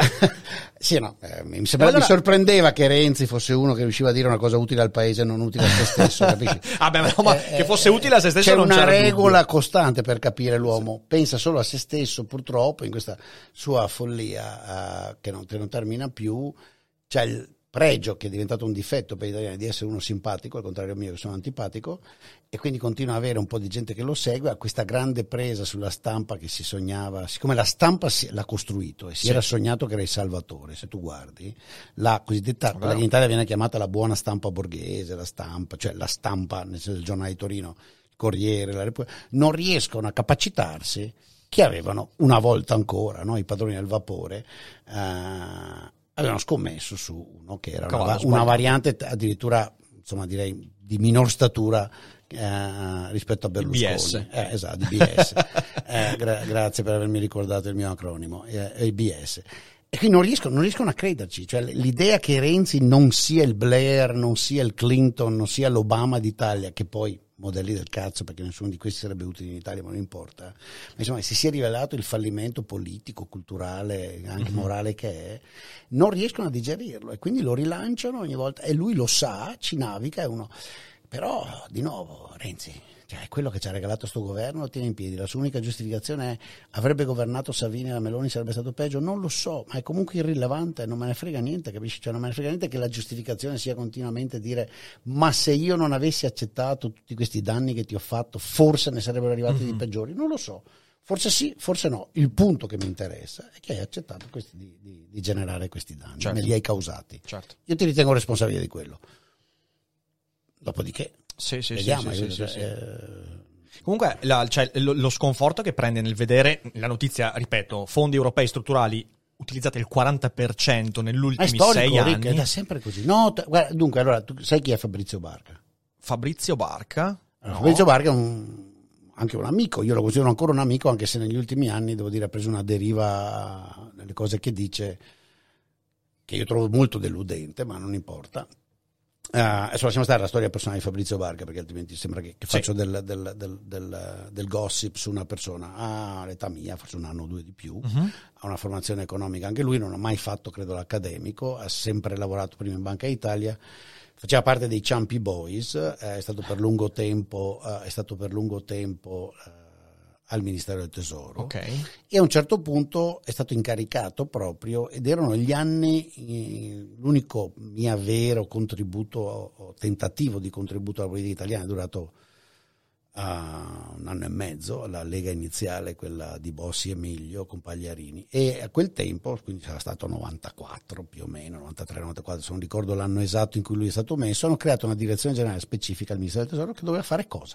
Sì, no, eh, mi, sembra, allora... mi sorprendeva che Renzi fosse uno che riusciva a dire una cosa utile al paese e non utile a se stesso, capisci? Ah, beh, no, ma eh, che fosse utile a se stesso c'è non una regola dubbio. costante per capire l'uomo, sì. Pensa solo a se stesso, purtroppo, in questa sua follia uh, che, non, che non termina più. C'è il pregio, che è diventato un difetto per gli italiani, di essere uno simpatico, al contrario mio che sono antipatico, e quindi continua a avere un po' di gente che lo segue, ha questa grande presa sulla stampa che si sognava, siccome la stampa si, l'ha costruito e si sì. era sognato che era il salvatore, se tu guardi, la cosiddetta, quella che in Italia viene chiamata la buona stampa borghese, la stampa, cioè la stampa nel senso del giornale di Torino, il Corriere, la Repubblica, non riescono a capacitarsi, che avevano una volta ancora, no, i padroni del vapore, eh, avevano scommesso su uno che era una, una variante addirittura, insomma, direi di minor statura eh, rispetto a Berlusconi. B S. Eh, esatto, di B S. eh, gra- grazie per avermi ricordato il mio acronimo, eh, il B S. E qui non riescono, non riescono a crederci, cioè l'idea che Renzi non sia il Blair, non sia il Clinton, non sia l'Obama d'Italia, che poi modelli del cazzo, perché nessuno di questi sarebbe utile in Italia, ma non importa. Ma insomma, si sia rivelato il fallimento politico, culturale, anche morale che è, non riescono a digerirlo e quindi lo rilanciano ogni volta, e lui lo sa, ci naviga, è uno. Però, di nuovo, Renzi, cioè, quello che ci ha regalato sto governo lo tiene in piedi. La sua unica giustificazione è: avrebbe governato Salvini e la Meloni, sarebbe stato peggio? Non lo so, ma è comunque irrilevante, non me ne frega niente, capisci? Cioè, non me ne frega niente che la giustificazione sia continuamente dire: ma se io non avessi accettato tutti questi danni che ti ho fatto, forse ne sarebbero arrivati mm-hmm. di peggiori. Non lo so, forse sì, forse no. Il punto che mi interessa è che hai accettato questi, di, di, di generare questi danni, certo. me li hai causati. Certo. Io ti ritengo responsabile di quello. Dopodiché Sì, sì, vediamo, sì, sì, cioè, sì, sì. Eh... Comunque la, cioè, lo, lo sconforto che prende nel vedere la notizia, ripeto, fondi europei strutturali utilizzati il quaranta per cento negli ultimi storico, sei anni. Rick, è sempre così. No, t- guarda, dunque, allora, tu sai chi è Fabrizio Barca? Fabrizio Barca? Allora, no. Fabrizio Barca è un, anche un amico, io lo considero ancora un amico, anche se negli ultimi anni, devo dire, ha preso una deriva nelle cose che dice, che io trovo molto deludente, ma non importa. Uh, adesso lasciamo stare la storia personale di Fabrizio Barca, perché altrimenti sembra che, che sì. faccio del, del, del, del, del gossip su una persona. Ha l'età mia, forse un anno o due di più, uh-huh. ha una formazione economica anche lui, non ha mai fatto, credo, l'accademico, ha sempre lavorato prima in Banca Italia, faceva parte dei Ciampi Boys, eh, è stato per lungo tempo, eh, è stato per lungo tempo eh, al Ministero del Tesoro, okay. E a un certo punto è stato incaricato proprio, ed erano gli anni, eh, l'unico mio vero contributo o tentativo di contributo alla politica italiana è durato uh, un anno e mezzo, la Lega iniziale, quella di Bossi e Miglio con Pagliarini, e a quel tempo, quindi sarà stato novantaquattro più o meno, novantatré novantaquattro, se non ricordo l'anno esatto in cui lui è stato messo, hanno creato una direzione generale specifica al Ministero del Tesoro che doveva fare cosa?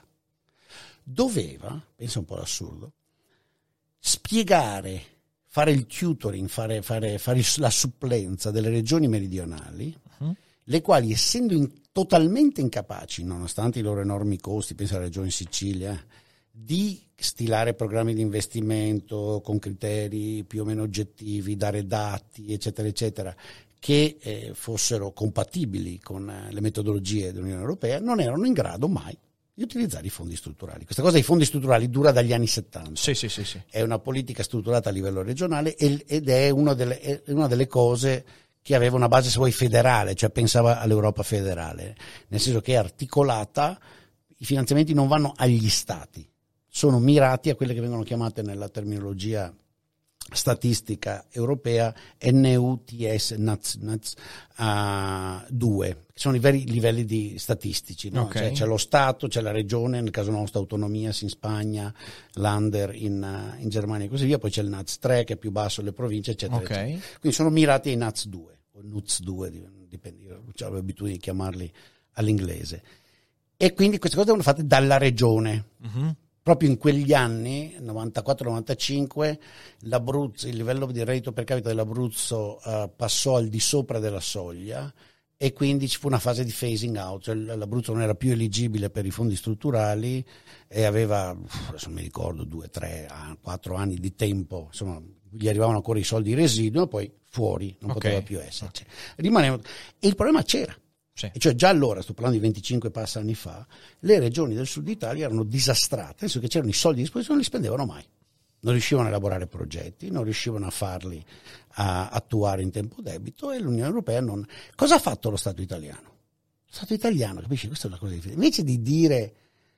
Doveva, pensa un po' l'assurdo, spiegare, fare il tutoring, fare, fare, fare la supplenza delle regioni meridionali, uh-huh. le quali, essendo in, totalmente incapaci, nonostante i loro enormi costi, pensa alla regione Sicilia, di stilare programmi di investimento con criteri più o meno oggettivi, dare dati, eccetera, eccetera, che eh, fossero compatibili con eh, le metodologie dell'Unione Europea, non erano in grado mai di utilizzare i fondi strutturali. Questa cosa dei fondi strutturali dura dagli anni settanta. Sì, sì, sì, sì. È una politica strutturata a livello regionale ed è una delle, è una delle cose che aveva una base, se vuoi, federale, cioè pensava all'Europa federale, nel senso che è articolata, i finanziamenti non vanno agli stati, sono mirati a quelle che vengono chiamate nella terminologia statistica europea N U T S, N U T S, N U T S uh, due, che sono i veri livelli di statistici, no? Okay. Cioè, c'è lo Stato, c'è la regione, nel caso nostro Autonomias in Spagna, Länder in, uh, in Germania e così via, poi c'è il N U T S tre che è più basso, le province, eccetera, okay. eccetera. Quindi sono mirati ai N U T S due, o N U T S due, dipende, io ho l'abitudine di chiamarli all'inglese. E quindi queste cose devono fatte dalla regione. Uh-huh. Proprio in quegli anni, novantaquattro novantacinque, l'Abruzzo, il livello di reddito per capita dell'Abruzzo uh, passò al di sopra della soglia e quindi ci fu una fase di phasing out, cioè l'Abruzzo non era più eligibile per i fondi strutturali e aveva, adesso non mi ricordo, due, tre, quattro anni di tempo, insomma, gli arrivavano ancora i soldi residui, poi fuori, non okay. poteva più esserci. Rimaneva, e il problema c'era. Sì. E cioè già allora, sto parlando di venticinque passa anni fa, le regioni del sud Italia erano disastrate, nel senso che c'erano i soldi a disposizione, non li spendevano mai, non riuscivano a elaborare progetti, non riuscivano a farli a attuare in tempo debito, e l'Unione Europea non... Cosa ha fatto lo Stato italiano? Lo Stato italiano, capisci, questa è una cosa difficile, invece di dire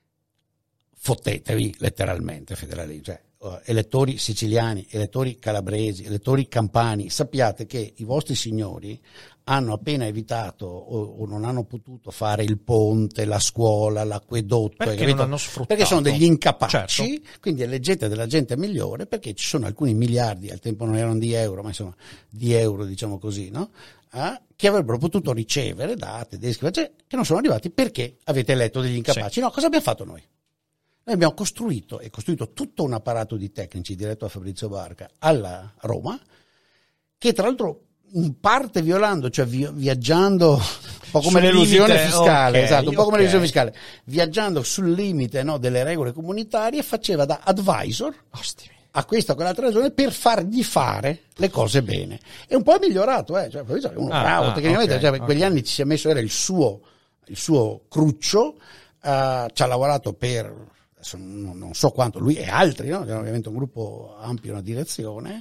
fottetevi letteralmente federali, cioè uh, elettori siciliani, elettori calabresi, elettori campani, sappiate che i vostri signori hanno appena evitato o, o non hanno potuto fare il ponte, la scuola, l'acquedotto, perché non hanno sfruttato, perché sono degli incapaci, certo. Quindi eleggete della gente migliore, perché ci sono alcuni miliardi, al tempo non erano di euro, ma insomma di euro, diciamo così, no? Eh, che avrebbero potuto ricevere da tedeschi, cioè, che non sono arrivati perché avete eletto degli incapaci. Sì. No, cosa abbiamo fatto noi? Noi abbiamo costruito e costruito tutto un apparato di tecnici diretto a Fabrizio Barca alla Roma, che tra l'altro in parte violando, cioè vi, viaggiando un po' come sul l'elusione limite, fiscale, okay, esatto, un po' okay. come l'elusione fiscale, viaggiando sul limite, no, delle regole comunitarie, faceva da advisor Ostimi. a questa o quell'altra ragione per fargli fare le cose bene. E un po' è migliorato, eh, cioè Fabrizio è uno ah, bravo, ah, tecnicamente, okay, cioè, okay. quegli anni ci si è messo, era il suo, il suo cruccio, uh, ci ha lavorato per, adesso non, non so quanto, lui e altri, no? Ovviamente un gruppo ampio, una direzione.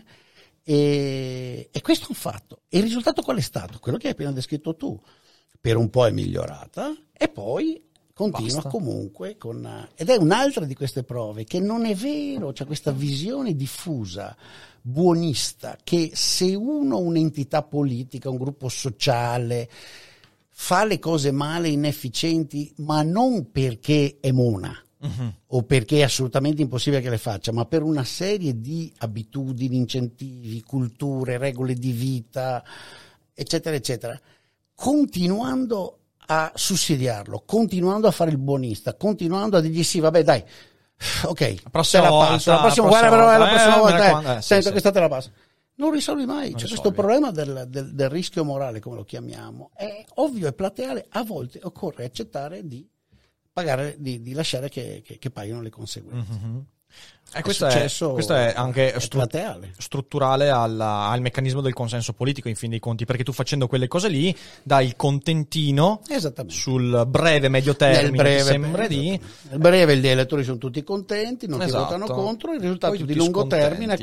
E, e questo è un fatto. E il risultato qual è stato? Quello che hai appena descritto tu. Per un po' è migliorata e poi continua Basta. comunque con... Ed è un'altra di queste prove che non è vero, c'è questa visione diffusa, buonista, che se uno, un'entità politica, un gruppo sociale, fa le cose male, inefficienti, ma non perché è mona, Uh-huh. o perché è assolutamente impossibile che le faccia, ma per una serie di abitudini, incentivi, culture, regole di vita, eccetera, eccetera, continuando a sussidiarlo, continuando a fare il buonista, continuando a dirgli sì, vabbè, dai, ok, la prossima te la volta, passo, la prossima, prossima guarda, volta, però, la prossima eh, volta, eh, eh, senta, sì, questa te la passo. Non risolvi mai, non cioè risolvi. Questo problema del, del, del rischio morale, come lo chiamiamo, è ovvio e plateale, a volte occorre accettare di pagare, di, di lasciare che, che, che paghino le conseguenze. Mm-hmm. E questo, è, questo è anche è stru- strutturale alla, al meccanismo del consenso politico, in fin dei conti, perché tu facendo quelle cose lì dai il contentino sul breve medio termine, breve, sembra di... Nel breve gli elettori sono tutti contenti, non esatto. ti votano contro, il risultato di lungo scontenti. termine qual è?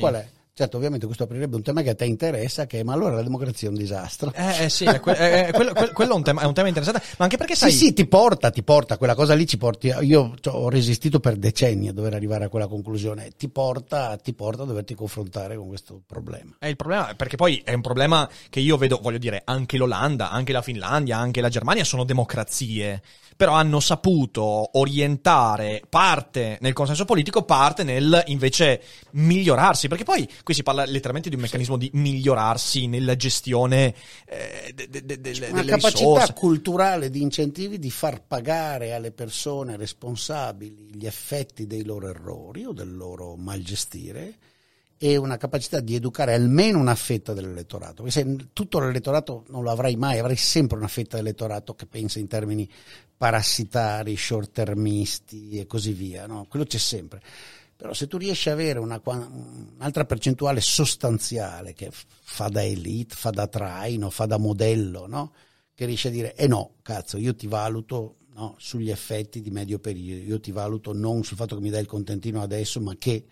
Certo, ovviamente questo aprirebbe un tema che a te interessa, che è ma allora la democrazia è un disastro. Eh, eh sì, è que- è, è, quello, quello è, un tema, è un tema interessante, ma anche perché sai... Sì, sì, ti porta, ti porta, quella cosa lì ci porti, io ho resistito per decenni a dover arrivare a quella conclusione, ti porta, ti porta a doverti confrontare con questo problema. È il problema, perché poi è un problema che io vedo, voglio dire, anche l'Olanda, anche la Finlandia, anche la Germania sono democrazie, però hanno saputo orientare parte nel consenso politico, parte nel invece migliorarsi, perché poi qui si parla letteralmente di un meccanismo di migliorarsi nella gestione eh, de, de, de, de, una delle capacità risorse culturale di incentivi di far pagare alle persone responsabili gli effetti dei loro errori o del loro malgestire, e una capacità di educare almeno una fetta dell'elettorato, perché se tutto l'elettorato non lo avrai mai, avrai sempre una fetta dell'elettorato che pensa in termini parassitari, short termisti e così via, no? Quello c'è sempre. Però se tu riesci ad avere una, un'altra percentuale sostanziale che fa da elite, fa da traino, fa da modello, no? Che riesce a dire, eh no, cazzo, io ti valuto, no, sugli effetti di medio periodo, io ti valuto non sul fatto che mi dai il contentino adesso, ma che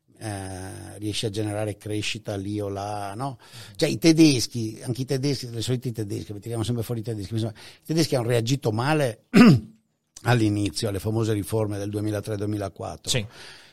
eh, riesci a generare crescita lì o là, no? Cioè i tedeschi, anche i tedeschi, le solite tedesche, tiriamo sempre fuori i tedeschi, insomma, i tedeschi hanno reagito male all'inizio alle famose riforme del duemilatré duemilaquattro. Sì.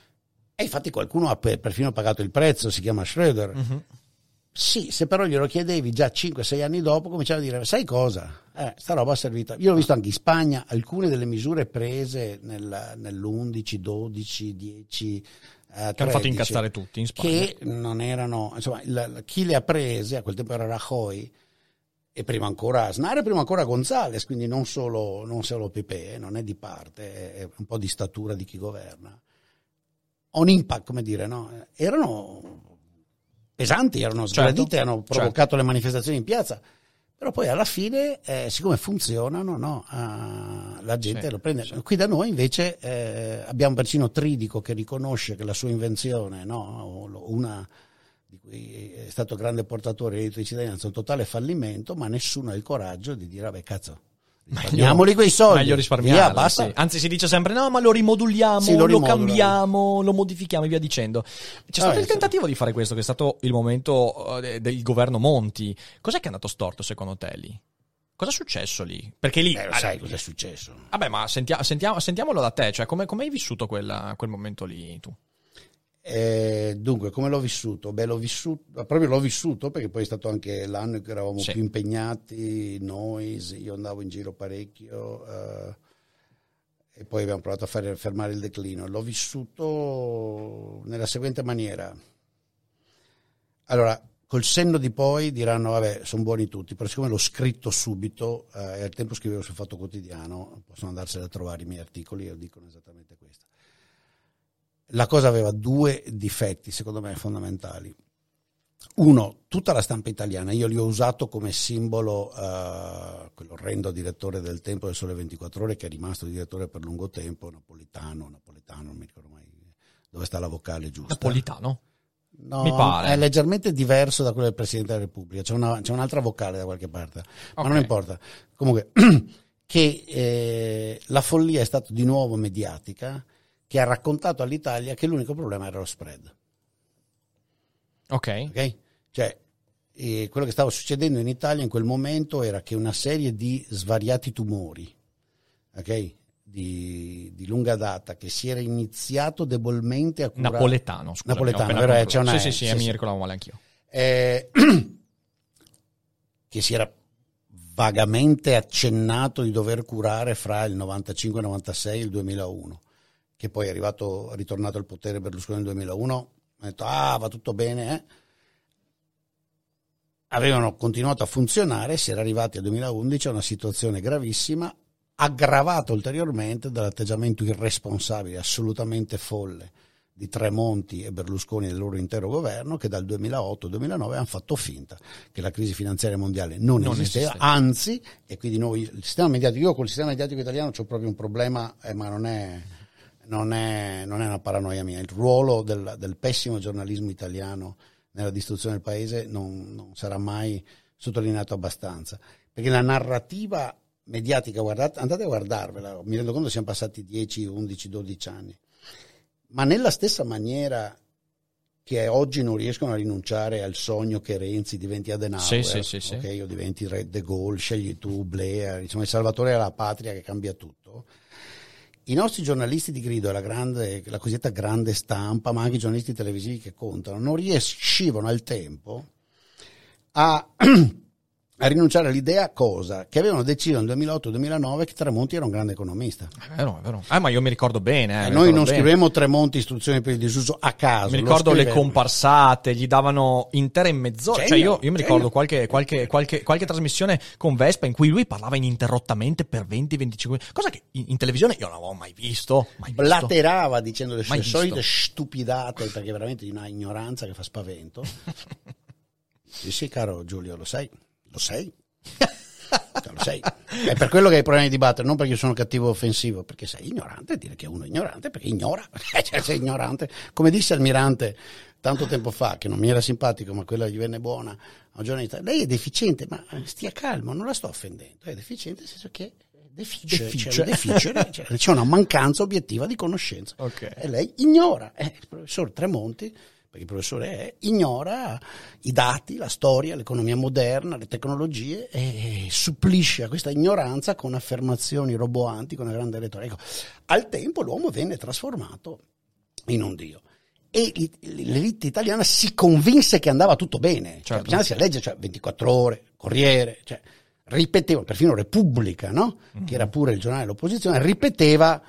E infatti qualcuno ha perfino pagato il prezzo, si chiama Schröder. Uh-huh. Sì, se però glielo chiedevi già cinque sei anni dopo, cominciava a dire, sai cosa? Eh, sta roba ha servito. Io l'ho visto anche in Spagna, alcune delle misure prese nel, nell'undici, dodici, dieci, eh, che hanno fatto incazzare tutti in Spagna. Che non erano, insomma, il, chi le ha prese, a quel tempo era Rajoy, e prima ancora Aznar e prima ancora González, quindi non solo, non solo Pepe, non è di parte, è un po' di statura di chi governa. Un impact, come dire, no? Erano pesanti, erano sgradite, certo, hanno provocato certo. le manifestazioni in piazza, però poi alla fine, eh, siccome funzionano, no, uh, la gente sì, lo prende. Sì. Qui da noi invece eh, abbiamo persino Tridico che riconosce che la sua invenzione, no, una di cui è stato grande portatore di reddito di cittadinanza, un totale fallimento, ma nessuno ha il coraggio di dire, vabbè, cazzo, risparmiamoli quei soldi, meglio risparmiarli, via, sì. Anzi si dice sempre no, ma lo rimoduliamo, sì, lo, lo cambiamo, lo modifichiamo e via dicendo. C'è stato ah, il tentativo sì. di fare questo, che è stato il momento del governo Monti. Cos'è che è andato storto secondo te lì? Cosa è successo lì? Perché lì eh, lo sai cosa è successo. Vabbè, ma sentia, sentiamo, sentiamolo da te, cioè come hai vissuto quella, quel momento lì tu? Eh, dunque, come l'ho vissuto? Beh, l'ho vissuto, proprio l'ho vissuto perché poi è stato anche l'anno in cui eravamo sì. più impegnati, noi, io andavo in giro parecchio eh, e poi abbiamo provato a fare, fermare il declino. L'ho vissuto nella seguente maniera. Allora, col senno di poi diranno, vabbè, sono buoni tutti, però siccome l'ho scritto subito eh, e al tempo scrivevo sul Fatto Quotidiano, possono andarsene a trovare i miei articoli e dicono esattamente questo. La cosa aveva due difetti, secondo me, fondamentali. Uno, tutta la stampa italiana, io li ho usato come simbolo, uh, quell'orrendo direttore del Tempo del Sole ventiquattro Ore, che è rimasto direttore per lungo tempo, napoletano, napoletano, non mi ricordo mai dove sta la vocale giusta. Napolitano? No, mi pare. È leggermente diverso da quello del Presidente della Repubblica, c'è, una, c'è un'altra vocale da qualche parte, ma okay. non importa. Comunque, che eh, la follia è stata di nuovo mediatica, che ha raccontato all'Italia che l'unico problema era lo spread. Ok. Ok? Cioè, eh, quello che stava succedendo in Italia in quel momento era che una serie di svariati tumori, ok? Di, di lunga data, che si era iniziato debolmente a curare. Napoletano, scusa. Napoletano, vero? C'è una, sì, sì, sì, sì, mi sì. ricordavo male anch'io. Eh, che si era vagamente accennato di dover curare fra il novantacinque novantasei e il duemilauno. Che poi è arrivato, è ritornato al potere Berlusconi nel duemilauno, ha detto ah va tutto bene, eh. Avevano continuato a funzionare, si era arrivati al duemilaundici a una situazione gravissima, aggravata ulteriormente dall'atteggiamento irresponsabile, assolutamente folle di Tremonti e Berlusconi e del loro intero governo, che dal duemilaotto duemilanove hanno fatto finta che la crisi finanziaria mondiale non, non esisteva, esiste. Anzi, e quindi noi, il sistema mediatico, io col sistema mediatico italiano c'ho proprio un problema, eh, ma non è... Non è, non è una paranoia mia, il ruolo del, del pessimo giornalismo italiano nella distruzione del paese non, non sarà mai sottolineato abbastanza, perché la narrativa mediatica, guardate, andate a guardarvela, mi rendo conto che siamo passati dieci, undici, dodici anni, ma nella stessa maniera che oggi non riescono a rinunciare al sogno che Renzi diventi Adenauer, sì, sì, sì, sì. Okay, o diventi Re De Gaulle, scegli tu, Blair, insomma il salvatore della patria che cambia tutto. I nostri giornalisti di grido e la, grande, la cosiddetta grande stampa, ma anche i giornalisti televisivi che contano, non riuscivano al tempo a, a rinunciare all'idea cosa? Che avevano deciso nel duemilaotto duemilanove che Tremonti era un grande economista. È vero, è vero. Ah, ma io mi ricordo bene. Eh, eh, mi noi ricordo non bene. scrivevamo Tremonti istruzioni per il disuso a caso. Mi ricordo le scrivevamo. comparsate, gli davano intere mezz'ora. Cioè io, io mi ricordo qualche, qualche, qualche, qualche trasmissione con Vespa in cui lui parlava ininterrottamente per venti venticinque, cosa che in, in televisione io non avevo mai visto. Mai visto. Blaterava dicendo le sue Mai solite visto. stupidate, perché veramente di una ignoranza che fa spavento. Sì, sì, caro Giulio, lo sei, lo sei. Cioè, lo sei. È per quello che hai problemi di battere, non perché io sono cattivo o offensivo, perché sei ignorante, dire che uno è ignorante perché ignora, cioè sei ignorante. Come disse Almirante tanto tempo fa, che non mi era simpatico, ma quella gli venne buona, a un giornalista, lei è deficiente, ma stia calmo, non la sto offendendo, è deficiente nel senso che defice, Defice. C'è, defice, c'è, c'è una mancanza obiettiva di conoscenza. Okay. E lei ignora, eh, il professor Tremonti, perché il professore è, ignora i dati, la storia, l'economia moderna, le tecnologie e supplisce a questa ignoranza con affermazioni roboanti, con una grande retorica. Ecco, al tempo l'uomo venne trasformato in un dio. E l'elite italiana si convinse che andava tutto bene. Certo. Cioè, si legge, cioè ventiquattro ore, Corriere, cioè, ripeteva, perfino Repubblica, no? Mm-hmm. Che era pure il giornale dell'opposizione, ripeteva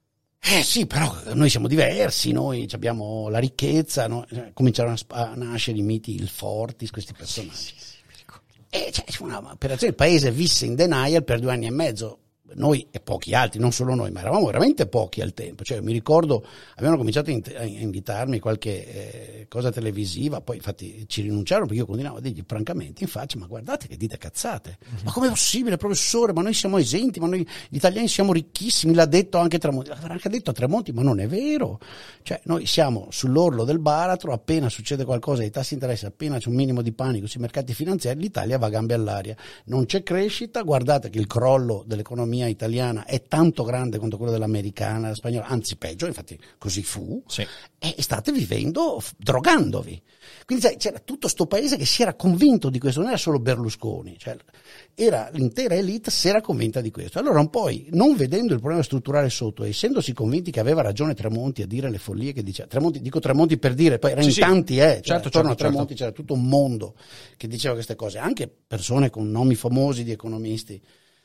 eh sì, però noi siamo diversi, noi abbiamo la ricchezza, no? Cominciarono a, a nascere i miti, il Fortis, questi personaggi. Sì, sì, sì, e cioè, un'operazione, il paese visse in denial per due anni e mezzo. Noi e pochi altri, non solo noi, ma eravamo veramente pochi al tempo. Cioè, mi ricordo, avevano cominciato a invitarmi qualche eh, cosa televisiva, poi infatti ci rinunciarono perché io continuavo a dirgli francamente in faccia, ma guardate che dite cazzate. Mm-hmm. Ma com'è possibile, professore? Ma noi siamo esenti, ma noi gli italiani siamo ricchissimi, l'ha detto anche Tremonti. L'ha anche detto a Tremonti, ma non è vero. Cioè, noi siamo sull'orlo del baratro, appena succede qualcosa ai tassi di interesse, appena c'è un minimo di panico sui mercati finanziari, l'Italia va a gambe all'aria. Non c'è crescita, guardate che il crollo dell'economia italiana è tanto grande quanto quello dell'americana, della spagnola, anzi peggio, infatti così fu, sì. E state vivendo drogandovi. Quindi sai, c'era tutto sto paese che si era convinto di questo, non era solo Berlusconi, cioè era l'intera elite si era convinta di questo. Allora un poi, non vedendo il problema strutturale sotto, essendosi convinti che aveva ragione Tremonti a dire le follie che diceva, Tremonti, dico Tremonti per dire, poi erano sì, in tanti, sì. eh, cioè, certo, attorno certo, a Tremonti certo. c'era tutto un mondo che diceva queste cose, anche persone con nomi famosi di economisti.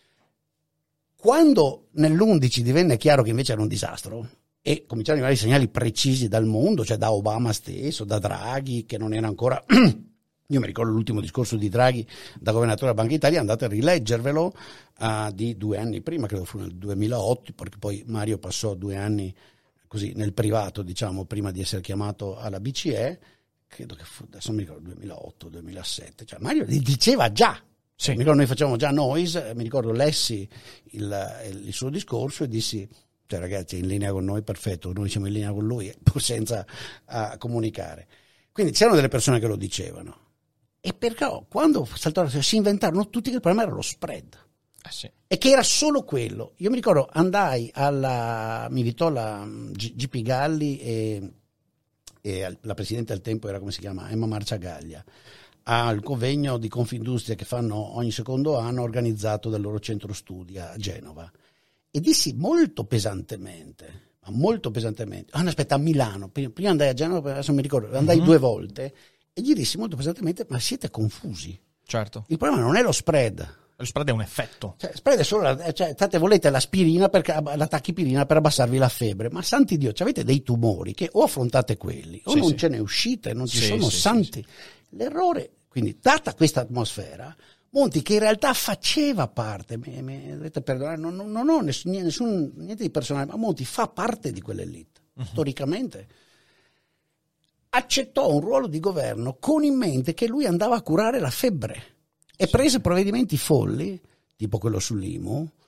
Quando nell'undici divenne chiaro che invece era un disastro e cominciarono ad arrivare i segnali precisi dal mondo, cioè da Obama stesso, da Draghi, che non era ancora... Io mi ricordo l'ultimo discorso di Draghi da governatore della Banca d'Italia, andate a rileggervelo, uh, di due anni prima, credo fu nel duemilaotto, perché poi Mario passò due anni così nel privato, diciamo, prima di essere chiamato alla B C E, credo che fu, adesso non mi ricordo, duemilaotto duemilasette, cioè Mario li diceva già. Sì. Mi ricordo noi facevamo già Noise, mi ricordo lessi il, il suo discorso e dissi, cioè ragazzi, in linea con noi, perfetto, noi siamo in linea con lui, pur senza uh, comunicare. Quindi c'erano delle persone che lo dicevano. E perché quando saltò, si inventarono tutti che il problema era lo spread. Eh sì. E che era solo quello. Io mi ricordo, andai alla, mi invitò la G- G P Galli e, e la presidente al tempo era, come si chiama, Emma Marciagaglia, al convegno di Confindustria che fanno ogni secondo anno, organizzato dal loro centro studi a Genova, e dissi molto pesantemente, ma molto pesantemente, ah no, aspetta, a Milano, prima andai a Genova, adesso mi ricordo, andai mm-hmm. due volte, e gli dissi molto pesantemente, ma siete confusi. Certo. Il problema non è lo spread. Lo spread è un effetto. Cioè, spread è solo, la, cioè, state, volete l'aspirina, per, la tachipirina per abbassarvi la febbre, ma santi Dio, cioè, avete dei tumori che o affrontate quelli, o sì, non sì. ce ne uscite, non ci sì, sono sì, santi. Sì, sì. L'errore, quindi, data questa atmosfera, Monti, che in realtà faceva parte, mi, mi dovete perdonare, non, non, non ho nessun, nessun, niente di personale, ma Monti fa parte di quell'elite, uh-huh. storicamente. Accettò un ruolo di governo con in mente che lui andava a curare la febbre e prese provvedimenti folli, tipo quello sull'I M U,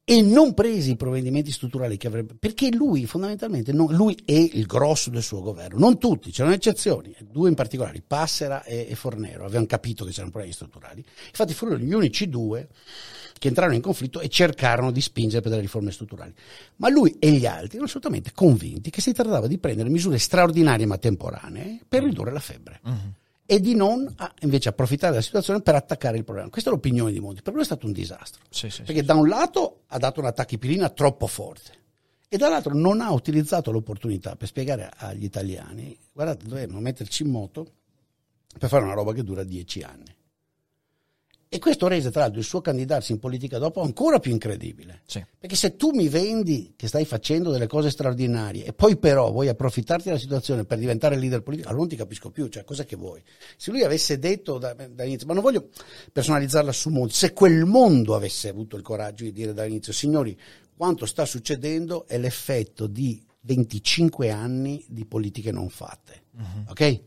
e non presi i provvedimenti strutturali che avrebbe, perché lui fondamentalmente, non, lui è il grosso del suo governo, non tutti, c'erano eccezioni, due in particolare, Passera e, e Fornero, avevano capito che c'erano problemi strutturali, infatti furono gli unici due che entrarono in conflitto e cercarono di spingere per delle riforme strutturali, ma lui e gli altri erano assolutamente convinti che si trattava di prendere misure straordinarie ma temporanee per ridurre la febbre. Uh-huh. E di non ah, invece approfittare della situazione per attaccare il problema. Questa è l'opinione di Monti. Per lui è stato un disastro. Sì, sì, perché sì, da un lato ha dato una tachipirina troppo forte e dall'altro non ha utilizzato l'opportunità per spiegare agli italiani: guardate, dovevano metterci in moto per fare una roba che dura dieci anni. E questo rese tra l'altro il suo candidarsi in politica dopo ancora più incredibile. Sì. Perché se tu mi vendi che stai facendo delle cose straordinarie e poi però vuoi approfittarti della situazione per diventare leader politico, allora non ti capisco più, cioè cos'è che vuoi? Se lui avesse detto da, dall'inizio, ma non voglio personalizzarla su Monti, se quel mondo avesse avuto il coraggio di dire dall'inizio: signori, quanto sta succedendo è l'effetto di venticinque anni di politiche non fatte. Uh-huh. Ok?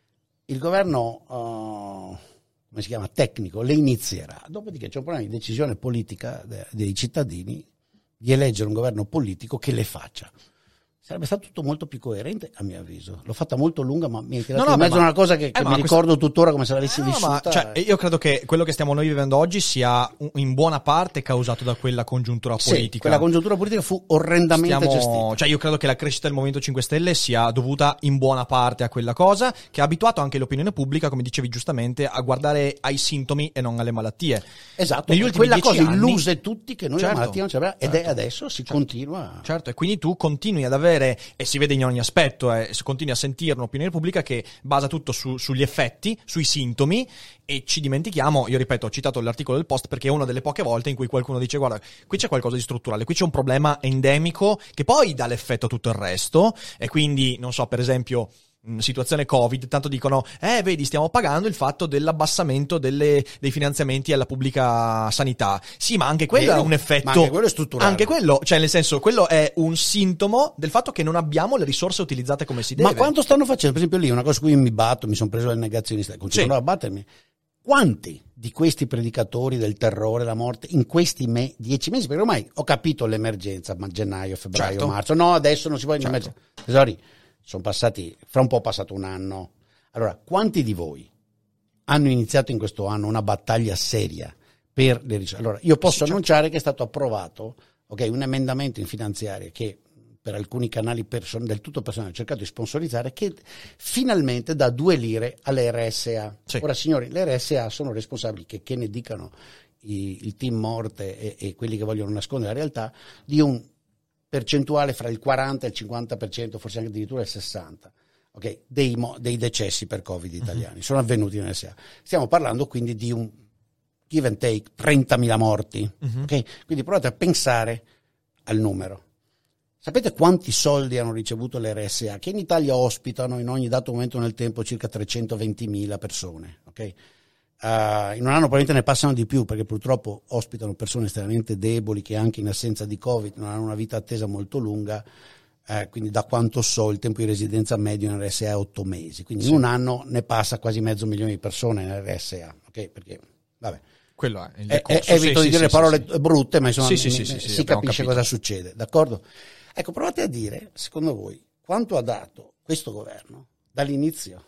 Il governo... Uh, come si chiama, tecnico, le inizierà, dopodiché c'è un problema di decisione politica dei cittadini di eleggere un governo politico che le faccia. Sarebbe stato tutto molto più coerente, a mio avviso. L'ho fatta molto lunga, ma mi hai tirato no, no, in mezzo a una cosa che, eh, che mi ricordo questa... tuttora come se l'avessi eh, no, vissuta. Ma, cioè, io credo che quello che stiamo noi vivendo oggi sia in buona parte causato da quella congiuntura politica. Sì, quella congiuntura politica fu orrendamente stiamo... gestita. Cioè, io credo che la crescita del Movimento cinque Stelle sia dovuta in buona parte a quella cosa, che ha abituato anche l'opinione pubblica, come dicevi giustamente, a guardare ai sintomi e non alle malattie. Esatto, negli ultimi quella cosa anni... illuse tutti che noi certo, la malattia non ce l'abbiamo, certo, ed è adesso si certo, continua. Certo, e quindi tu continui ad avere, e si vede in ogni aspetto, eh, se continui a sentire un'opinione pubblica che basa tutto su, sugli effetti, sui sintomi, e ci dimentichiamo, io ripeto, ho citato l'articolo del Post perché è una delle poche volte in cui qualcuno dice: guarda, qui c'è qualcosa di strutturale, qui c'è un problema endemico che poi dà l'effetto a tutto il resto, e quindi, non so, per esempio... situazione Covid, tanto dicono eh vedi stiamo pagando il fatto dell'abbassamento delle, dei finanziamenti alla pubblica sanità. Sì, ma anche quello è un effetto, ma anche quello è strutturale, anche quello, cioè nel senso, quello è un sintomo del fatto che non abbiamo le risorse utilizzate come si deve. Ma quanto stanno facendo? Per esempio lì una cosa su cui mi batto, mi sono preso dal negazionista, continuano sì. a battermi. Quanti di questi predicatori del terrore, la morte, in questi me- dieci mesi, perché ormai ho capito l'emergenza, ma gennaio, febbraio, certo. marzo, no adesso non si può in certo. tesori. Sono passati, fra un po' è passato un anno. Allora, quanti di voi hanno iniziato in questo anno una battaglia seria per le risorse? Allora, io posso sì, annunciare certo. che è stato approvato, ok, un emendamento in finanziaria che per alcuni canali person- del tutto personali ho cercato di sponsorizzare, che finalmente dà due lire alle R S A. Sì. Ora, signori, le R S A sono responsabili, che, che ne dicano i, il team morte e, e quelli che vogliono nascondere la realtà, di un percentuale fra il quaranta e il cinquanta per cento, forse anche addirittura il sessanta per cento, okay, dei, dei decessi per Covid italiani uh-huh. sono avvenuti in R S A. Stiamo parlando quindi di un give and take trentamila morti. Uh-huh. Okay? Quindi provate a pensare al numero. Sapete quanti soldi hanno ricevuto le R S A? Che in Italia ospitano in ogni dato momento nel tempo circa trecentoventimila persone. Okay? Uh, in un anno probabilmente ne passano di più, perché purtroppo ospitano persone estremamente deboli che anche in assenza di Covid non hanno una vita attesa molto lunga, uh, quindi da quanto so il tempo di residenza medio in R S A è otto mesi, quindi sì. in un anno ne passa quasi mezzo milione di persone in R S A, ok? Perché vabbè, quello è il eh, eh, evito sì, di sì, dire sì, parole sì. brutte, ma insomma sì, sì, mi, sì, sì, si sì, capisce capito. cosa succede, d'accordo? Ecco, provate a dire, secondo voi, quanto ha dato questo governo dall'inizio,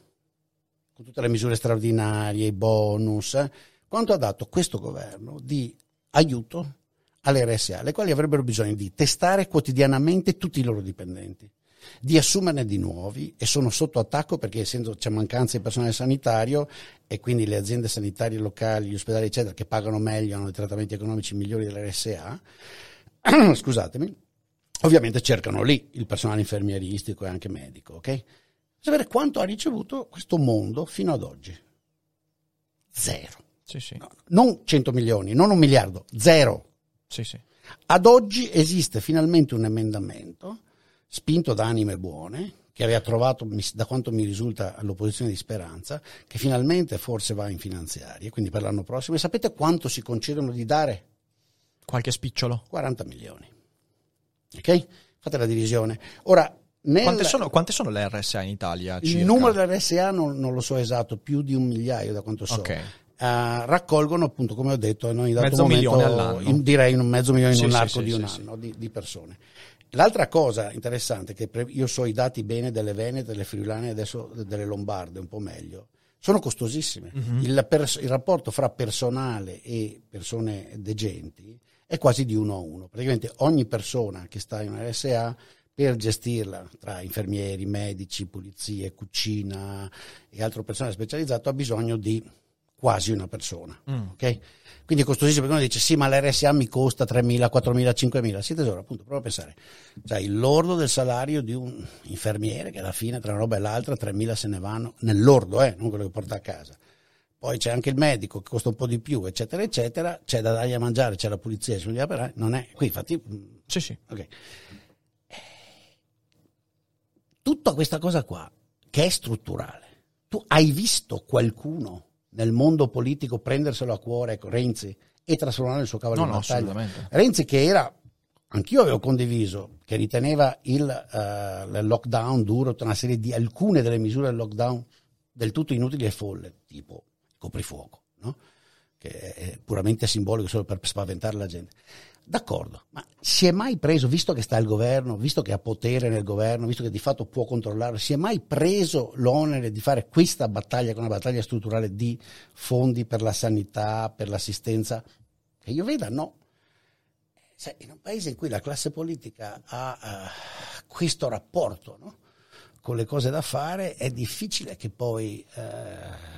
con tutte le misure straordinarie, i bonus, eh, quanto ha dato questo governo di aiuto alle R S A, le quali avrebbero bisogno di testare quotidianamente tutti i loro dipendenti, di assumerne di nuovi, e sono sotto attacco perché essendo c'è mancanza di personale sanitario e quindi le aziende sanitarie locali, gli ospedali eccetera, che pagano meglio, hanno dei trattamenti economici migliori delle R S A, scusatemi, ovviamente cercano lì il personale infermieristico e anche medico, ok? Sapere quanto ha ricevuto questo mondo fino ad oggi? Zero. Sì, sì. No, non cento milioni, non un miliardo, zero. Sì, sì. Ad oggi esiste finalmente un emendamento spinto da anime buone, che aveva trovato, da quanto mi risulta, all'opposizione di Speranza, che finalmente forse va in finanziaria, quindi per l'anno prossimo. E sapete quanto si concedono di dare? Qualche spicciolo? quaranta milioni. Ok? Fate la divisione. Ora, nel... quante, sono, quante sono le R S A in Italia? Circa? Il numero delle R S A non, non lo so esatto, più di un migliaio da quanto so. Okay. uh, raccolgono appunto, come ho detto, in ogni dato mezzo momento, milione all'anno. In, direi un mezzo milione sì, in un sì, arco sì, di un sì, anno di, di persone. L'altra cosa interessante, che io so i dati bene delle venete, delle friulane, adesso delle lombarde un po' meglio, sono costosissime. Mm-hmm. Il, pers- il rapporto fra personale e persone degenti è quasi di uno a uno. Praticamente ogni persona che sta in una R S A, per gestirla, tra infermieri, medici, pulizie, cucina e altro personale specializzato, ha bisogno di quasi una persona. Mm. Ok? Quindi è costosissimo, perché uno dice sì, ma l'R S A mi costa tremila, quattromila, cinquemila. Sì, tesoro, appunto, prova a pensare. Cioè, il lordo del salario di un infermiere, che alla fine tra una roba e l'altra tremila se ne vanno, nel lordo, eh, non quello che porta a casa. Poi c'è anche il medico che costa un po' di più, eccetera, eccetera. C'è da dargli a mangiare, c'è la pulizia, c'è gli operai. Non è qui, infatti. Sì, sì. Ok. Tutta questa cosa qua, che è strutturale, tu hai visto qualcuno nel mondo politico prenderselo a cuore, ecco, Renzi, e trasformarlo nel suo cavallo no, di battaglia? No, assolutamente. Renzi, che era, anch'io avevo condiviso, che riteneva il, uh, il lockdown duro, tutta una serie di alcune delle misure del lockdown del tutto inutili e folle, tipo il coprifuoco, no? Che è puramente simbolico, solo per spaventare la gente. D'accordo, ma si è mai preso, visto che sta al governo, visto che ha potere nel governo, visto che di fatto può controllare, si è mai preso l'onere di fare questa battaglia, che è una battaglia strutturale di fondi per la sanità, per l'assistenza? Che io veda, no. Sai, in un paese in cui la classe politica ha uh, questo rapporto, no, con le cose da fare, è difficile che poi... Uh,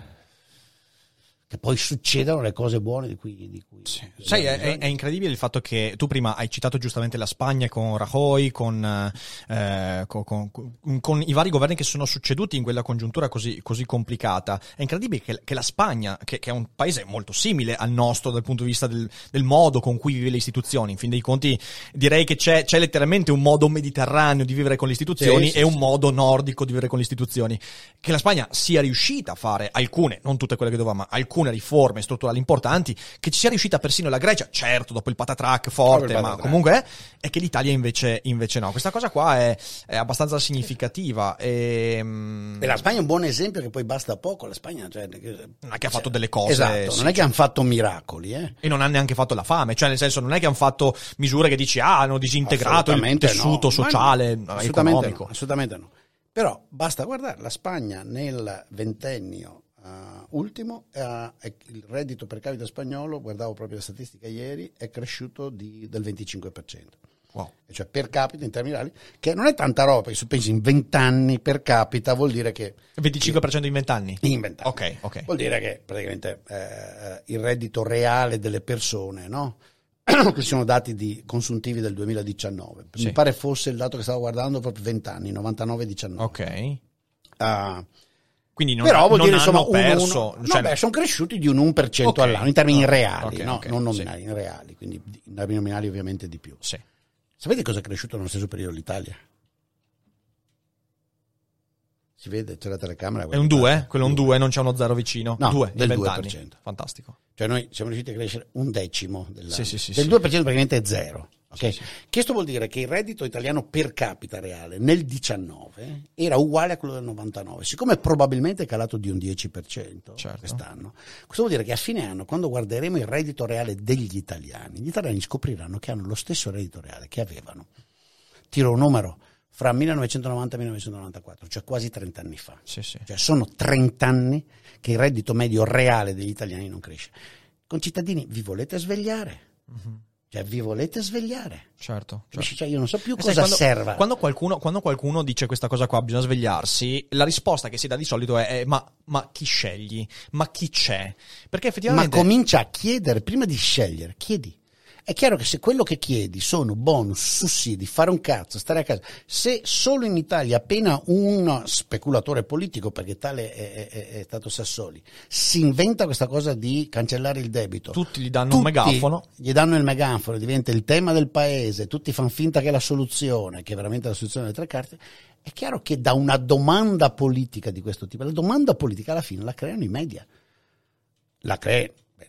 che poi succedano le cose buone di cui... Di cui sì. Sai, è, è incredibile il fatto che tu prima hai citato giustamente la Spagna con Rajoy, con, eh, con, con, con i vari governi che sono succeduti in quella congiuntura così, così complicata. È incredibile che, che la Spagna, che, che è un paese molto simile al nostro dal punto di vista del, del modo con cui vive le istituzioni, in fin dei conti direi che c'è, c'è letteralmente un modo mediterraneo di vivere con le istituzioni, sì, sì, e un sì. modo nordico di vivere con le istituzioni. Che la Spagna sia riuscita a fare alcune, non tutte quelle che doveva, ma alcune riforme strutturali importanti, che ci sia riuscita persino la Grecia, certo dopo il patatrac forte, ma comunque è, e che l'Italia invece invece no. Questa cosa qua è, è abbastanza significativa. E, e la Spagna è un buon esempio, che poi basta poco. La Spagna, cioè, non è che ha fatto delle cose, esatto, sì, non è che hanno fatto miracoli, eh. E non ha neanche fatto la fame, cioè nel senso non è che hanno fatto misure che dici ah hanno disintegrato il tessuto no, sociale, no, economico. No, assolutamente no. Però basta guardare la Spagna nel ventennio Uh, ultimo, uh, il reddito per capita spagnolo, guardavo proprio la statistica ieri, è cresciuto di, del venticinque per cento. Wow. Cioè per capita in termini reali, che non è tanta roba, perché se pensi in venti anni per capita vuol dire che... venticinque per cento in venti anni? In venti anni. Ok, ok. Vuol dire che praticamente eh, il reddito reale delle persone, no? Che sono dati di consuntivi del duemiladiciannove. Sì. Mi pare fosse il dato che stavo guardando proprio venti anni, novantanove diciannove. Ok. Uh, Quindi non, Però vuol non dire insomma hanno perso, uno, cioè, no, beh, sono cresciuti di un uno per cento okay, all'anno in termini okay, reali, okay, no? okay, non nominali, sì. in reali, quindi in termini nominali ovviamente di più. Sì. Sapete cosa è cresciuto nello stesso periodo l'Italia? Si vede, c'è la telecamera. È un due? Quello è un due, non c'è uno zero vicino? No, due, del due per cento. Fantastico. Cioè noi siamo riusciti a crescere un decimo dell'anno. Sì, sì, sì, del sì. due per cento praticamente è zero. Okay? Sì, sì. Questo vuol dire che il reddito italiano per capita reale nel diciannove era uguale a quello del novantanove, siccome probabilmente è calato di un dieci per cento, certo, quest'anno. Questo vuol dire che a fine anno, quando guarderemo il reddito reale degli italiani, gli italiani scopriranno che hanno lo stesso reddito reale che avevano, tiro un numero, fra millenovecentonovanta e millenovecentonovantaquattro, cioè quasi trenta anni fa. Sì, sì. Cioè sono trenta anni che il reddito medio reale degli italiani non cresce. Concittadini, vi volete svegliare? Mm-hmm. Cioè, vi volete svegliare? Certo. certo. Cioè, io non so più e cosa quando, serva. Quando qualcuno, quando qualcuno dice questa cosa qua, bisogna svegliarsi, la risposta che si dà di solito è, è ma, ma chi scegli? Ma chi c'è? Perché effettivamente... Ma comincia a chiedere, prima di scegliere, chiedi. È chiaro che se quello che chiedi sono bonus, sussidi, fare un cazzo, stare a casa, se solo in Italia appena un speculatore politico, perché tale è, è, è stato Sassoli, si inventa questa cosa di cancellare il debito, tutti gli danno un megafono, gli danno il megafono, diventa il tema del paese, tutti fanno finta che è la soluzione, che è veramente la soluzione delle tre carte, è chiaro che da una domanda politica di questo tipo, la domanda politica alla fine la creano i media, la creano.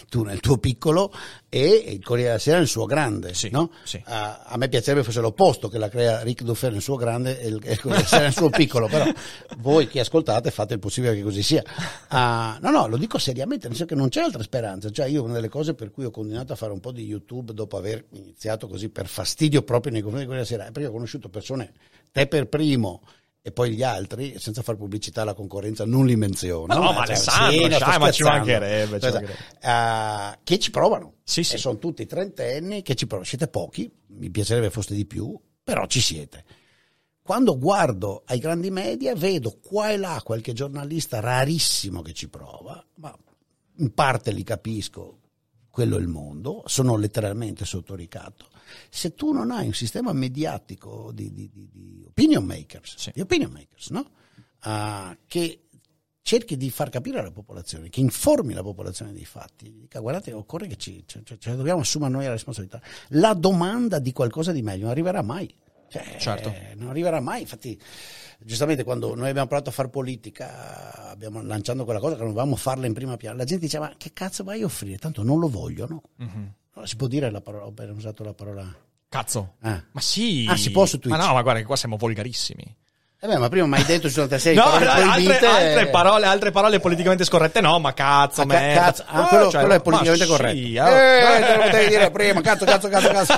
tu nel tuo piccolo e il Corriere della Sera nel suo grande, sì, no? Sì. Uh, a me piacerebbe fosse l'opposto, che la crea Ric Dufer nel suo grande e il, il Corriere della Sera nel suo piccolo, però voi che ascoltate fate il possibile che così sia. Uh, no, no, lo dico seriamente, nel senso che non c'è altra speranza. Cioè, io una delle cose per cui ho continuato a fare un po' di YouTube dopo aver iniziato così per fastidio proprio nei confronti di Corriere della Sera, è perché ho conosciuto persone, te per primo, e poi gli altri, senza fare pubblicità alla concorrenza, non li menziono. Ma no, ma ma cioè, Alessandro, sì, no, sai, ma ci mancherebbe, ci Cioè, mancherebbe. uh, che ci provano. Sì, sì. E sono tutti trentenni che ci provano. Siete pochi, mi piacerebbe foste di più, però ci siete. Quando guardo ai grandi media vedo qua e là qualche giornalista rarissimo che ci prova, ma in parte li capisco, quello è il mondo, sono letteralmente sotto ricatto. Se tu non hai un sistema mediatico di, di, di, di opinion makers, sì. di opinion makers, no? Uh, che cerchi di far capire alla popolazione, che informi la popolazione dei fatti, dica guardate, occorre che ci, cioè, cioè, dobbiamo assumere noi la responsabilità. La domanda di qualcosa di meglio non arriverà mai. Cioè, certo. Non arriverà mai, infatti giustamente quando noi abbiamo provato a fare politica, abbiamo lanciando quella cosa che non volevamo farla in prima piana, la gente diceva ma che cazzo vai a offrire, tanto non lo vogliono. Mm-hmm. No, si può dire la parola, ho appena usato la parola cazzo, ah. ma sì, ah, si può su Twitch. Ma no, ma guarda che qua siamo volgarissimi. Eh beh, ma prima mi hai detto ci sono tre no, parole no, proibite. Altre, altre, parole, altre parole politicamente scorrette no, ma cazzo, ah, merda. Cazzo, ah, quello, oh, cioè, quello è politicamente corretto. Sì, eh, eh, te lo potevi dire prima, cazzo, cazzo, cazzo, cazzo.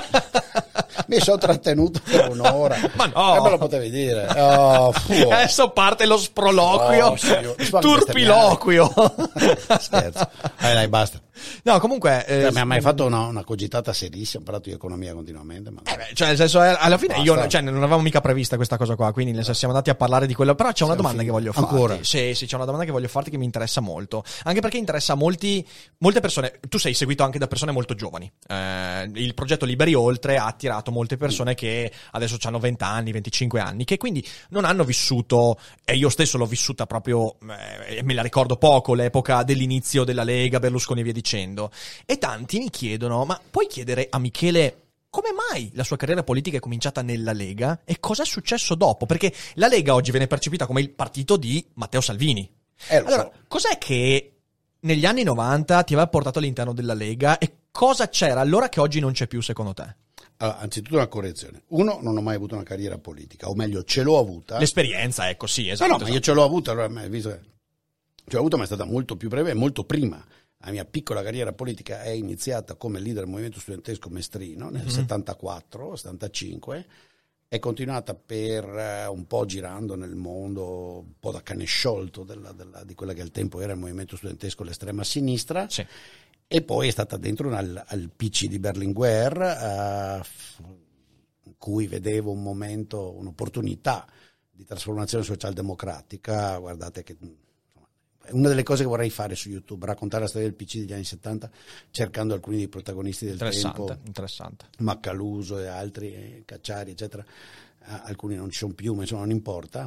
Mi sono trattenuto per un'ora. Ma no. Eh, me lo potevi dire. Oh, adesso parte lo sproloquio. Oh, sì, turpiloquio. Scherzo. Dai, dai, basta. No, comunque... Eh, cioè, mi ha mai fatto una, una cogitata serissima, ho parlato di economia continuamente. Ma... Eh beh, cioè, nel senso, alla fine basta. io cioè, non avevamo mica prevista questa cosa qua, quindi nel senso, siamo andati a parlare di quello. Però c'è una domanda che voglio farti. Ancora? Sì, sì, c'è una domanda che voglio farti che mi interessa molto. Anche perché interessa molti, molte persone. Tu sei seguito anche da persone molto giovani. Eh, il progetto Liberi Oltre ha attirato molte persone che adesso hanno venti anni, venticinque anni, che quindi non hanno vissuto, e io stesso l'ho vissuta proprio, eh, me la ricordo poco, l'epoca dell'inizio della Lega, Berlusconi e via dicendo. E tanti mi chiedono, ma puoi chiedere a Michele come mai la sua carriera politica è cominciata nella Lega e cosa è successo dopo? Perché la Lega oggi viene percepita come il partito di Matteo Salvini. Eh, allora, so. Cos'è che negli anni novanta ti aveva portato all'interno della Lega e cosa c'era allora che oggi non c'è più secondo te? Allora, anzitutto una correzione. Uno, non ho mai avuto una carriera politica, o meglio, ce l'ho avuta. L'esperienza, ecco, sì, esatto. No, no, esatto. ma io ce l'ho avuta, allora, visto che ce l'ho avuta, ma è stata molto più breve e molto prima. La mia piccola carriera politica è iniziata come leader del movimento studentesco mestrino nel mm-hmm. settantaquattro settantacinque, è continuata per uh, un po' girando nel mondo, un po' da cane sciolto della, della, di quella che al tempo era il movimento studentesco l'estrema sinistra, sì. E poi è stata dentro al, al P C di Berlinguer, uh, in cui vedevo un momento, un'opportunità di trasformazione socialdemocratica. Guardate che è una delle cose che vorrei fare su YouTube, raccontare la storia del P C degli anni settanta, cercando alcuni dei protagonisti del interessante, tempo, interessante. Maccaluso e altri, eh, Cacciari, eccetera. Uh, alcuni non ci sono più, ma insomma non importa,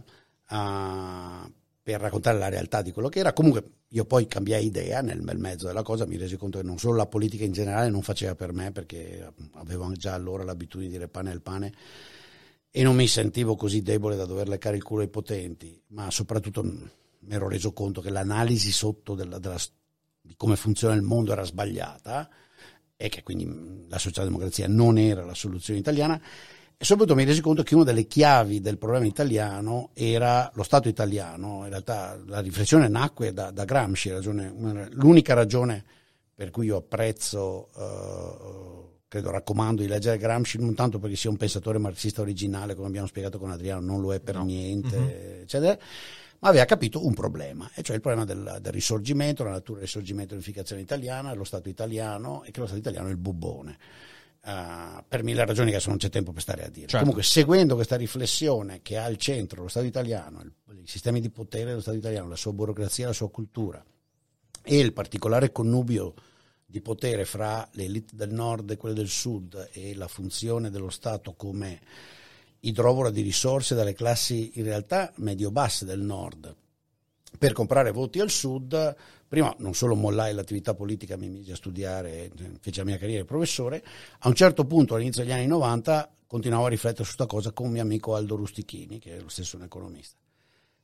uh, per raccontare la realtà di quello che era. Comunque io poi cambiai idea nel, nel mezzo della cosa, mi resi conto che non solo la politica in generale non faceva per me, perché avevo già allora l'abitudine di dire pane al pane, e non mi sentivo così debole da dover leccare il culo ai potenti, ma soprattutto mi ero reso conto che l'analisi sotto della, della, di come funziona il mondo era sbagliata e che quindi la socialdemocrazia non era la soluzione italiana, e soprattutto mi resi conto che una delle chiavi del problema italiano era lo Stato italiano. In realtà la riflessione nacque da, da Gramsci, ragione, l'unica ragione per cui io apprezzo, uh, credo raccomando di leggere Gramsci, non tanto perché sia un pensatore marxista originale, come abbiamo spiegato con Adriano, non lo è per no. niente, mm-hmm. eccetera, ma aveva capito un problema, e cioè il problema del, del risorgimento, la natura del risorgimento dell'unificazione italiana, lo Stato italiano, e che lo Stato italiano è il bubbone. Uh, per mille ragioni che adesso non c'è tempo per stare a dire. Certo. Comunque, seguendo questa riflessione che ha al centro lo Stato italiano, il, i sistemi di potere dello Stato italiano, la sua burocrazia, la sua cultura, e il particolare connubio di potere fra le elite del nord e quelle del sud, e la funzione dello Stato come idrovora di risorse dalle classi in realtà medio-basse del nord per comprare voti al sud. Prima non solo mollai l'attività politica, mi misi a studiare, feci la mia carriera di professore. A un certo punto, all'inizio degli anni novanta, continuavo a riflettere su questa cosa con un mio amico Aldo Rustichini, che è lo stesso un economista.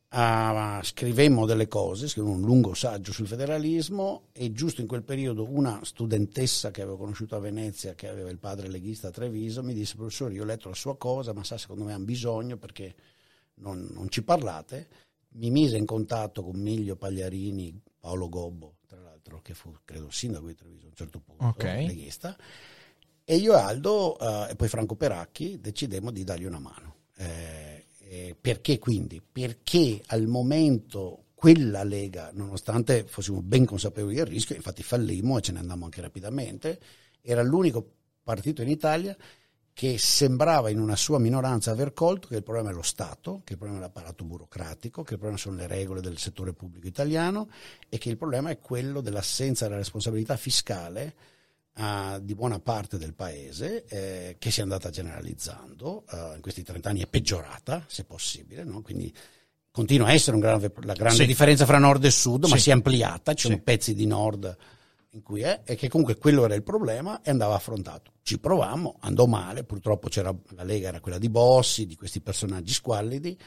Uh, scrivemmo delle cose, scrivemmo un lungo saggio sul federalismo e giusto in quel periodo una studentessa che avevo conosciuto a Venezia, che aveva il padre leghista a Treviso, mi disse: professore, io ho letto la sua cosa, ma sa, secondo me hanno bisogno perché non, non ci parlate. Mi mise in contatto con Miglio Pagliarini, Paolo Gobbo, tra l'altro, che fu credo sindaco di Treviso a un certo punto, okay. leghista, e io e Aldo uh, e poi Franco Peracchi decidemmo di dargli una mano. Eh, Eh, perché quindi? Perché al momento quella Lega, nonostante fossimo ben consapevoli del rischio, infatti fallimmo e ce ne andammo anche rapidamente, era l'unico partito in Italia che sembrava in una sua minoranza aver colto che il problema è lo Stato, che il problema è l'apparato burocratico, che il problema sono le regole del settore pubblico italiano e che il problema è quello dell'assenza della responsabilità fiscale Uh, di buona parte del paese, eh, che si è andata generalizzando, uh, in questi trent'anni è peggiorata, se possibile, no? Quindi continua a essere un grave, la grande sì. differenza fra nord e sud, sì. ma si è ampliata, ci sono sì. pezzi di nord in cui è, e che comunque quello era il problema e andava affrontato. Ci provammo, andò male, purtroppo c'era la Lega, era quella di Bossi, di questi personaggi squallidi,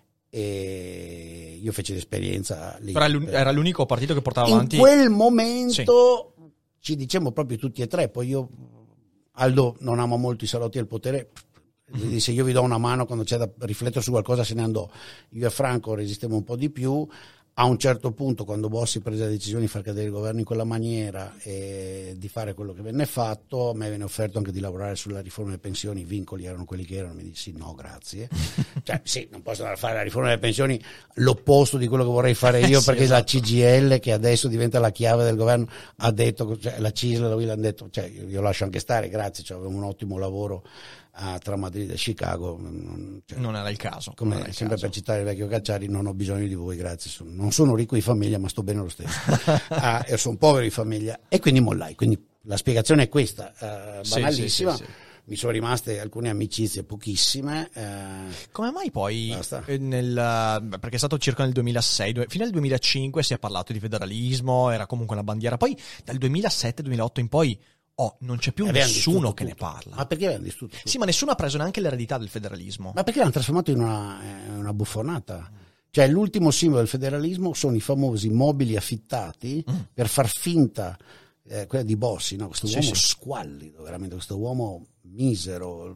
e io feci l'esperienza lì. Però era l'unico partito che portava in avanti. In quel momento... Sì. Ci dicemmo proprio tutti e tre, poi io, Aldo non ama molto i salotti del potere, gli disse io vi do una mano quando c'è da riflettere su qualcosa, se ne andò. Io e Franco resistemmo un po' di più, a un certo punto quando Bossi prese la decisione di far cadere il governo in quella maniera e di fare quello che venne fatto, a me venne offerto anche di lavorare sulla riforma delle pensioni, i vincoli erano quelli che erano, mi dissi no grazie, cioè sì, non posso andare a fare la riforma delle pensioni, l'opposto di quello che vorrei fare io, sì, perché esatto. La C G I L, che adesso diventa la chiave del governo, ha detto, cioè, la C I S L, lui l'ha detto, cioè io, io lascio anche stare, grazie, cioè, avevo un ottimo lavoro Ah, tra Madrid e Chicago, non, cioè, non era il caso. Come era il sempre caso. Per citare il vecchio Cacciari, non ho bisogno di voi, grazie. Sono, non sono ricco di famiglia, ma sto bene lo stesso. ah, e sono povero di famiglia, e quindi mollai. Quindi la spiegazione è questa, uh, banalissima. Sì, sì, sì, sì. Mi sono rimaste alcune amicizie, pochissime. Eh, Come mai poi, nel, perché è stato circa nel duemilasei, fino al duemilacinque si è parlato di federalismo, era comunque una bandiera. Poi dal duemilasette duemilaotto in poi oh, non c'è più avevano nessuno che tutto. ne parla. Ma perché avevano distrutto tutto? Sì, ma nessuno ha preso neanche l'eredità del federalismo. Ma perché l'hanno trasformato in una, eh, una buffonata? Cioè l'ultimo simbolo del federalismo sono i famosi mobili affittati mm. per far finta, eh, quella di Bossi, no? Questo sì, uomo sì. squallido, veramente, questo uomo misero.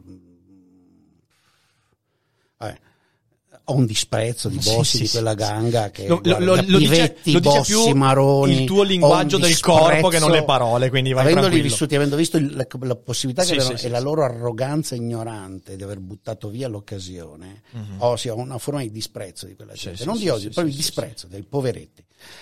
Vabbè. Ho un disprezzo di Bossi, sì, di quella ganga che lo, guarda, lo, lo, Pivetti, dice, lo Bossi, dice più Maroni, il tuo linguaggio del corpo che non le parole, quindi vai avendoli tranquillo. vissuti, avendo visto il, la, la possibilità sì, che avevano, sì, e sì, la sì. loro arroganza ignorante di aver buttato via l'occasione, mm-hmm. ho sì, ho una forma di disprezzo di quella gente, sì, non sì, di oggi, sì, proprio sì, di disprezzo, sì. dei poveretti.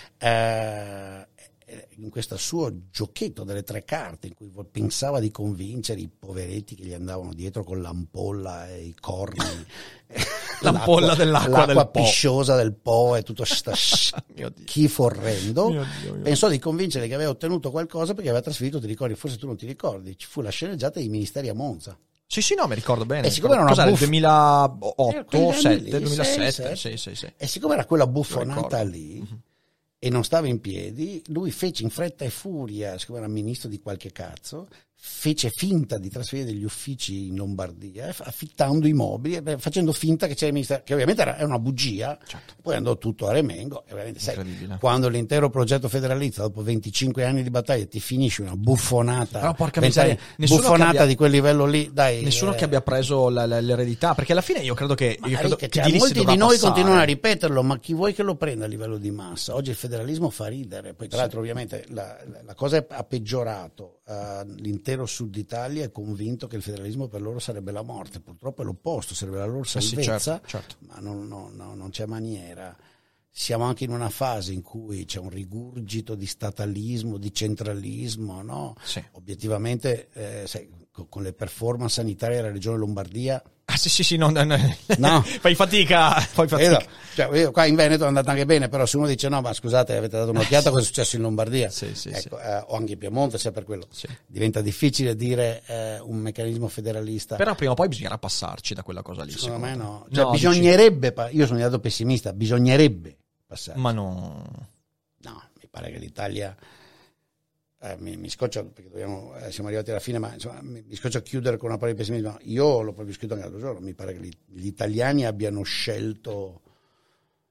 Eh, in questo suo giochetto delle tre carte in cui pensava di convincere i poveretti che gli andavano dietro con l'ampolla e i corni, l'ampolla l'acqua, dell'acqua l'acqua del pisciosa del Po e tutto sta schifo orrendo, mio Dio, mio pensò di convincere che aveva ottenuto qualcosa perché aveva trasferito, ti ricordi, forse tu non ti ricordi, ci fu la sceneggiata dei ministeri a Monza. Sì, sì, no, mi ricordo bene. E siccome era una Cos'era, buff... il duemilaotto, sette, lì, duemilasette, sei, sì, sì, sì. E siccome era quella buffonata lì, mm-hmm. e non stava in piedi, lui fece in fretta e furia, siccome era ministro di qualche cazzo, fece finta di trasferire degli uffici in Lombardia, affittando i mobili, facendo finta che c'era il ministero, che ovviamente era una bugia, certo. Poi andò tutto a Remengo, e ovviamente sai, quando l'intero progetto federalista dopo venticinque anni di battaglia ti finisce una buffonata, però porca miseria, buffonata abbia, di quel livello lì, dai. Nessuno eh, che abbia preso la, la, l'eredità, perché alla fine io credo che, io credo che che cioè, molti di noi passare. continuano a ripeterlo, ma chi vuoi che lo prenda a livello di massa? Oggi il federalismo fa ridere, poi tra sì. l'altro ovviamente la, la, la cosa ha peggiorato, uh, l'intero sud Italia è convinto che il federalismo per loro sarebbe la morte, purtroppo è l'opposto, sarebbe la loro salvezza, sì, certo, certo. ma non, no, no, non c'è maniera. Siamo anche in una fase in cui c'è un rigurgito di statalismo, di centralismo, no? Sì. Obiettivamente, eh, sai, con le performance sanitarie della regione Lombardia. Ah sì sì sì, no, no, no. no. fai fatica, fai fatica. Cioè, io qua in Veneto è andata anche bene, però se uno dice no, ma scusate, avete dato un'occhiata a cosa è successo in Lombardia, sì, sì, ecco, sì. Eh, o anche in Piemonte, sia per quello, sì. diventa difficile dire eh, un meccanismo federalista. Però prima o poi bisognerà passarci da quella cosa lì. Secondo, secondo me no, no cioè, bisognerebbe, dici... io sono diventato pessimista, bisognerebbe passare. Ma no. No, mi pare che l'Italia... Eh, mi, mi scoccia perché dobbiamo, eh, siamo arrivati alla fine, ma insomma mi, mi scoccia chiudere con una parola di pessimismo. Io l'ho proprio scritto anche l'altro giorno, mi pare che gli, gli italiani abbiano scelto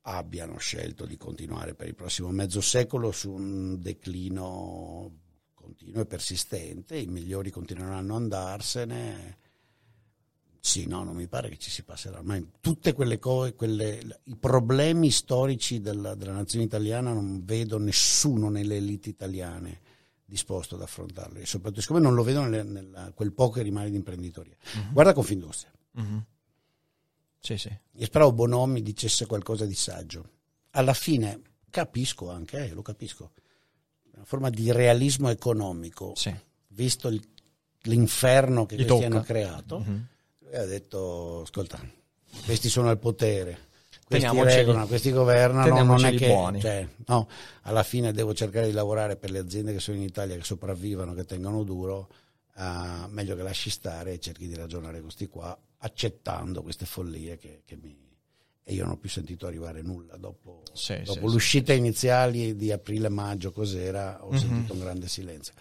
abbiano scelto di continuare per il prossimo mezzo secolo su un declino continuo e persistente. I migliori continueranno ad andarsene. Sì, no, non mi pare che ci si passerà mai. Tutte quelle cose, quelle, i problemi storici della, della nazione italiana non vedo nessuno nelle elite italiane disposto ad affrontarli, e soprattutto siccome non lo vedo nel, nel quel poco che rimane di imprenditoria. Uh-huh. Guarda Confindustria. Uh-huh. Sì, sì. Io speravo Bonomi dicesse qualcosa di saggio. Alla fine capisco anche, eh, lo capisco, una forma di realismo economico, sì. visto il, l'inferno che Gli questi tocca. hanno creato. Uh-huh. E ha detto, ascolta, questi sono al potere, questi regolano, questi governano, non è che buoni. Cioè, no, alla fine devo cercare di lavorare per le aziende che sono in Italia, che sopravvivano, che tengano duro, uh, meglio che lasci stare e cerchi di ragionare con questi qua, accettando queste follie che, che mi... E io non ho più sentito arrivare nulla dopo, sì, dopo sì, l'uscita sì, iniziali di aprile-maggio, cos'era, ho mm-hmm. sentito un grande silenzio.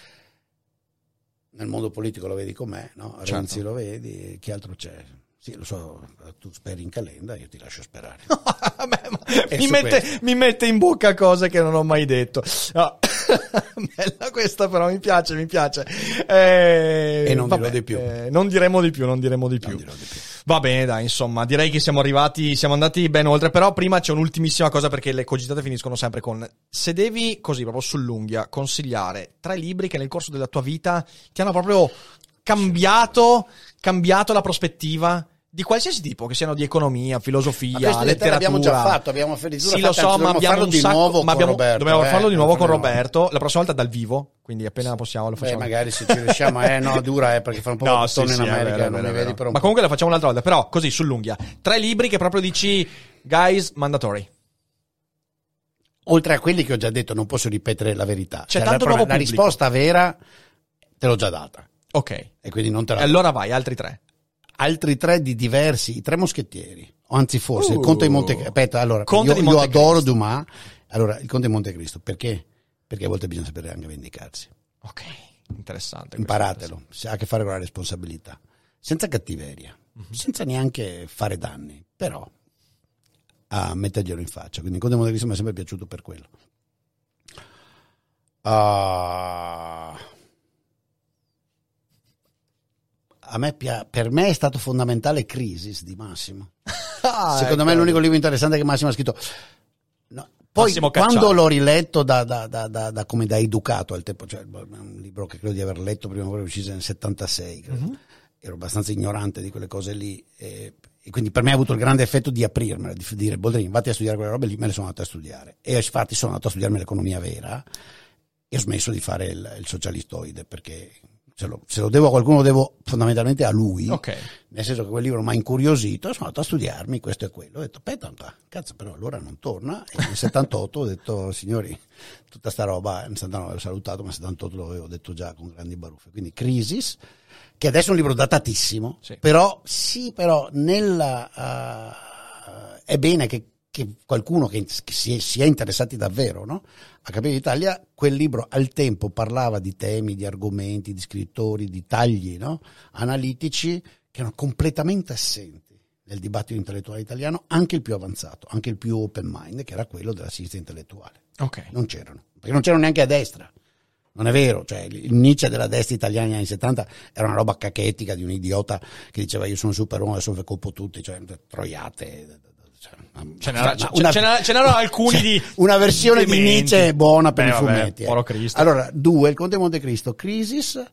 Nel mondo politico lo vedi com'è, no? Certo. Renzi lo vedi, chi altro c'è? Sì, lo so, tu speri in Calenda, io ti lascio sperare. Beh, mi, mette, mi mette in bocca cose che non ho mai detto. No. Bella questa, però mi piace, mi piace. Eh, e non vabbè, dirò di più. Eh, non diremo di più, non diremo di più. Non dirò di più. Va bene, dai, insomma, direi che siamo arrivati, siamo andati ben oltre, però prima c'è un'ultimissima cosa, perché le cogitate finiscono sempre con: se devi, così proprio sull'unghia, consigliare tre libri che nel corso della tua vita ti hanno proprio cambiato, cambiato la prospettiva di qualsiasi tipo, che siano di economia, filosofia, ma letteratura. L'abbiamo già fatto, abbiamo addirittura sì, lo so, ma abbiamo un di sacco, nuovo ma abbiamo, Roberto, dobbiamo eh, farlo di nuovo con faremo. Roberto, la prossima volta dal vivo, quindi appena possiamo lo facciamo. Beh, magari se ci riusciamo, eh no, dura, eh, perché fa un po' no, di sì, in sì, America, vero, non vero, mi vedi per un ma po'. comunque la facciamo un'altra volta, però così sull'unghia. Tre libri che proprio dici, guys, mandatory. Oltre a quelli che ho già detto, non posso ripetere la verità. C'è cioè, tanto la, nuovo la pubblico. risposta vera te l'ho già data. Ok. E quindi non te la E allora vai, altri tre. Altri tre di diversi, i tre moschettieri, o anzi forse uh, il Conte di Monte Cristo. Aspetta, allora, Conte io, di Monte io adoro Cristo. Dumas. Allora, il Conte di Monte Cristo, perché? Perché a volte bisogna sapere anche vendicarsi. Ok, interessante. Imparatelo, si ha a che fare con la responsabilità, senza cattiveria, uh-huh. senza neanche fare danni, però a metterglielo in faccia. Quindi il Conte di Monte Cristo mi è sempre piaciuto per quello. Uh, a me pia- per me è stato fondamentale Crisis di Massimo. Ah, secondo ecco. me è l'unico libro interessante che Massimo ha scritto. No. Poi Massimo quando Cacciari. l'ho riletto da, da, da, da, da come da educato al tempo, cioè un libro che credo di aver letto prima che uscisse nel settantasei, credo. Uh-huh. Ero abbastanza ignorante di quelle cose lì e, e quindi per me ha avuto il grande effetto di aprirmela, di dire Boldrini vatti a studiare quelle robe lì, me le sono andato a studiare e infatti sono andato a studiarmi l'economia vera e ho smesso di fare il, il socialistoide, perché se lo, se lo devo a qualcuno lo devo fondamentalmente a lui, okay. nel senso che quel libro mi ha incuriosito e sono andato a studiarmi questo e quello. Ho detto aspetta, cazzo, però allora non torna, e nel settantotto ho detto signori, tutta sta roba, nel settantanove l'ho salutato, ma nel settantotto l'avevo detto già con grandi baruffe. Quindi Crisis, che adesso è un libro datatissimo, sì. però sì, però nella uh, è bene che che qualcuno che, che si, è, si è interessati davvero, no? A Capire d'Italia, quel libro al tempo parlava di temi, di argomenti, di scrittori, di tagli, no? Analitici che erano completamente assenti nel dibattito intellettuale italiano, anche il più avanzato, anche il più open mind, che era quello della sinistra intellettuale. Okay. Non c'erano, perché non c'erano neanche a destra. Non è vero, cioè il Nietzsche della destra italiana negli anni settanta era una roba cachettica di un idiota che diceva io sono superuomo, adesso vi colpo tutti, cioè troiate. Ce n'era, ce, una, ce n'era, ce n'erano alcuni cioè, di una versione di Nietzsche buona per Beh, i fumetti. Vabbè, eh. Allora, due, il Conte di Monte Cristo, Crisis,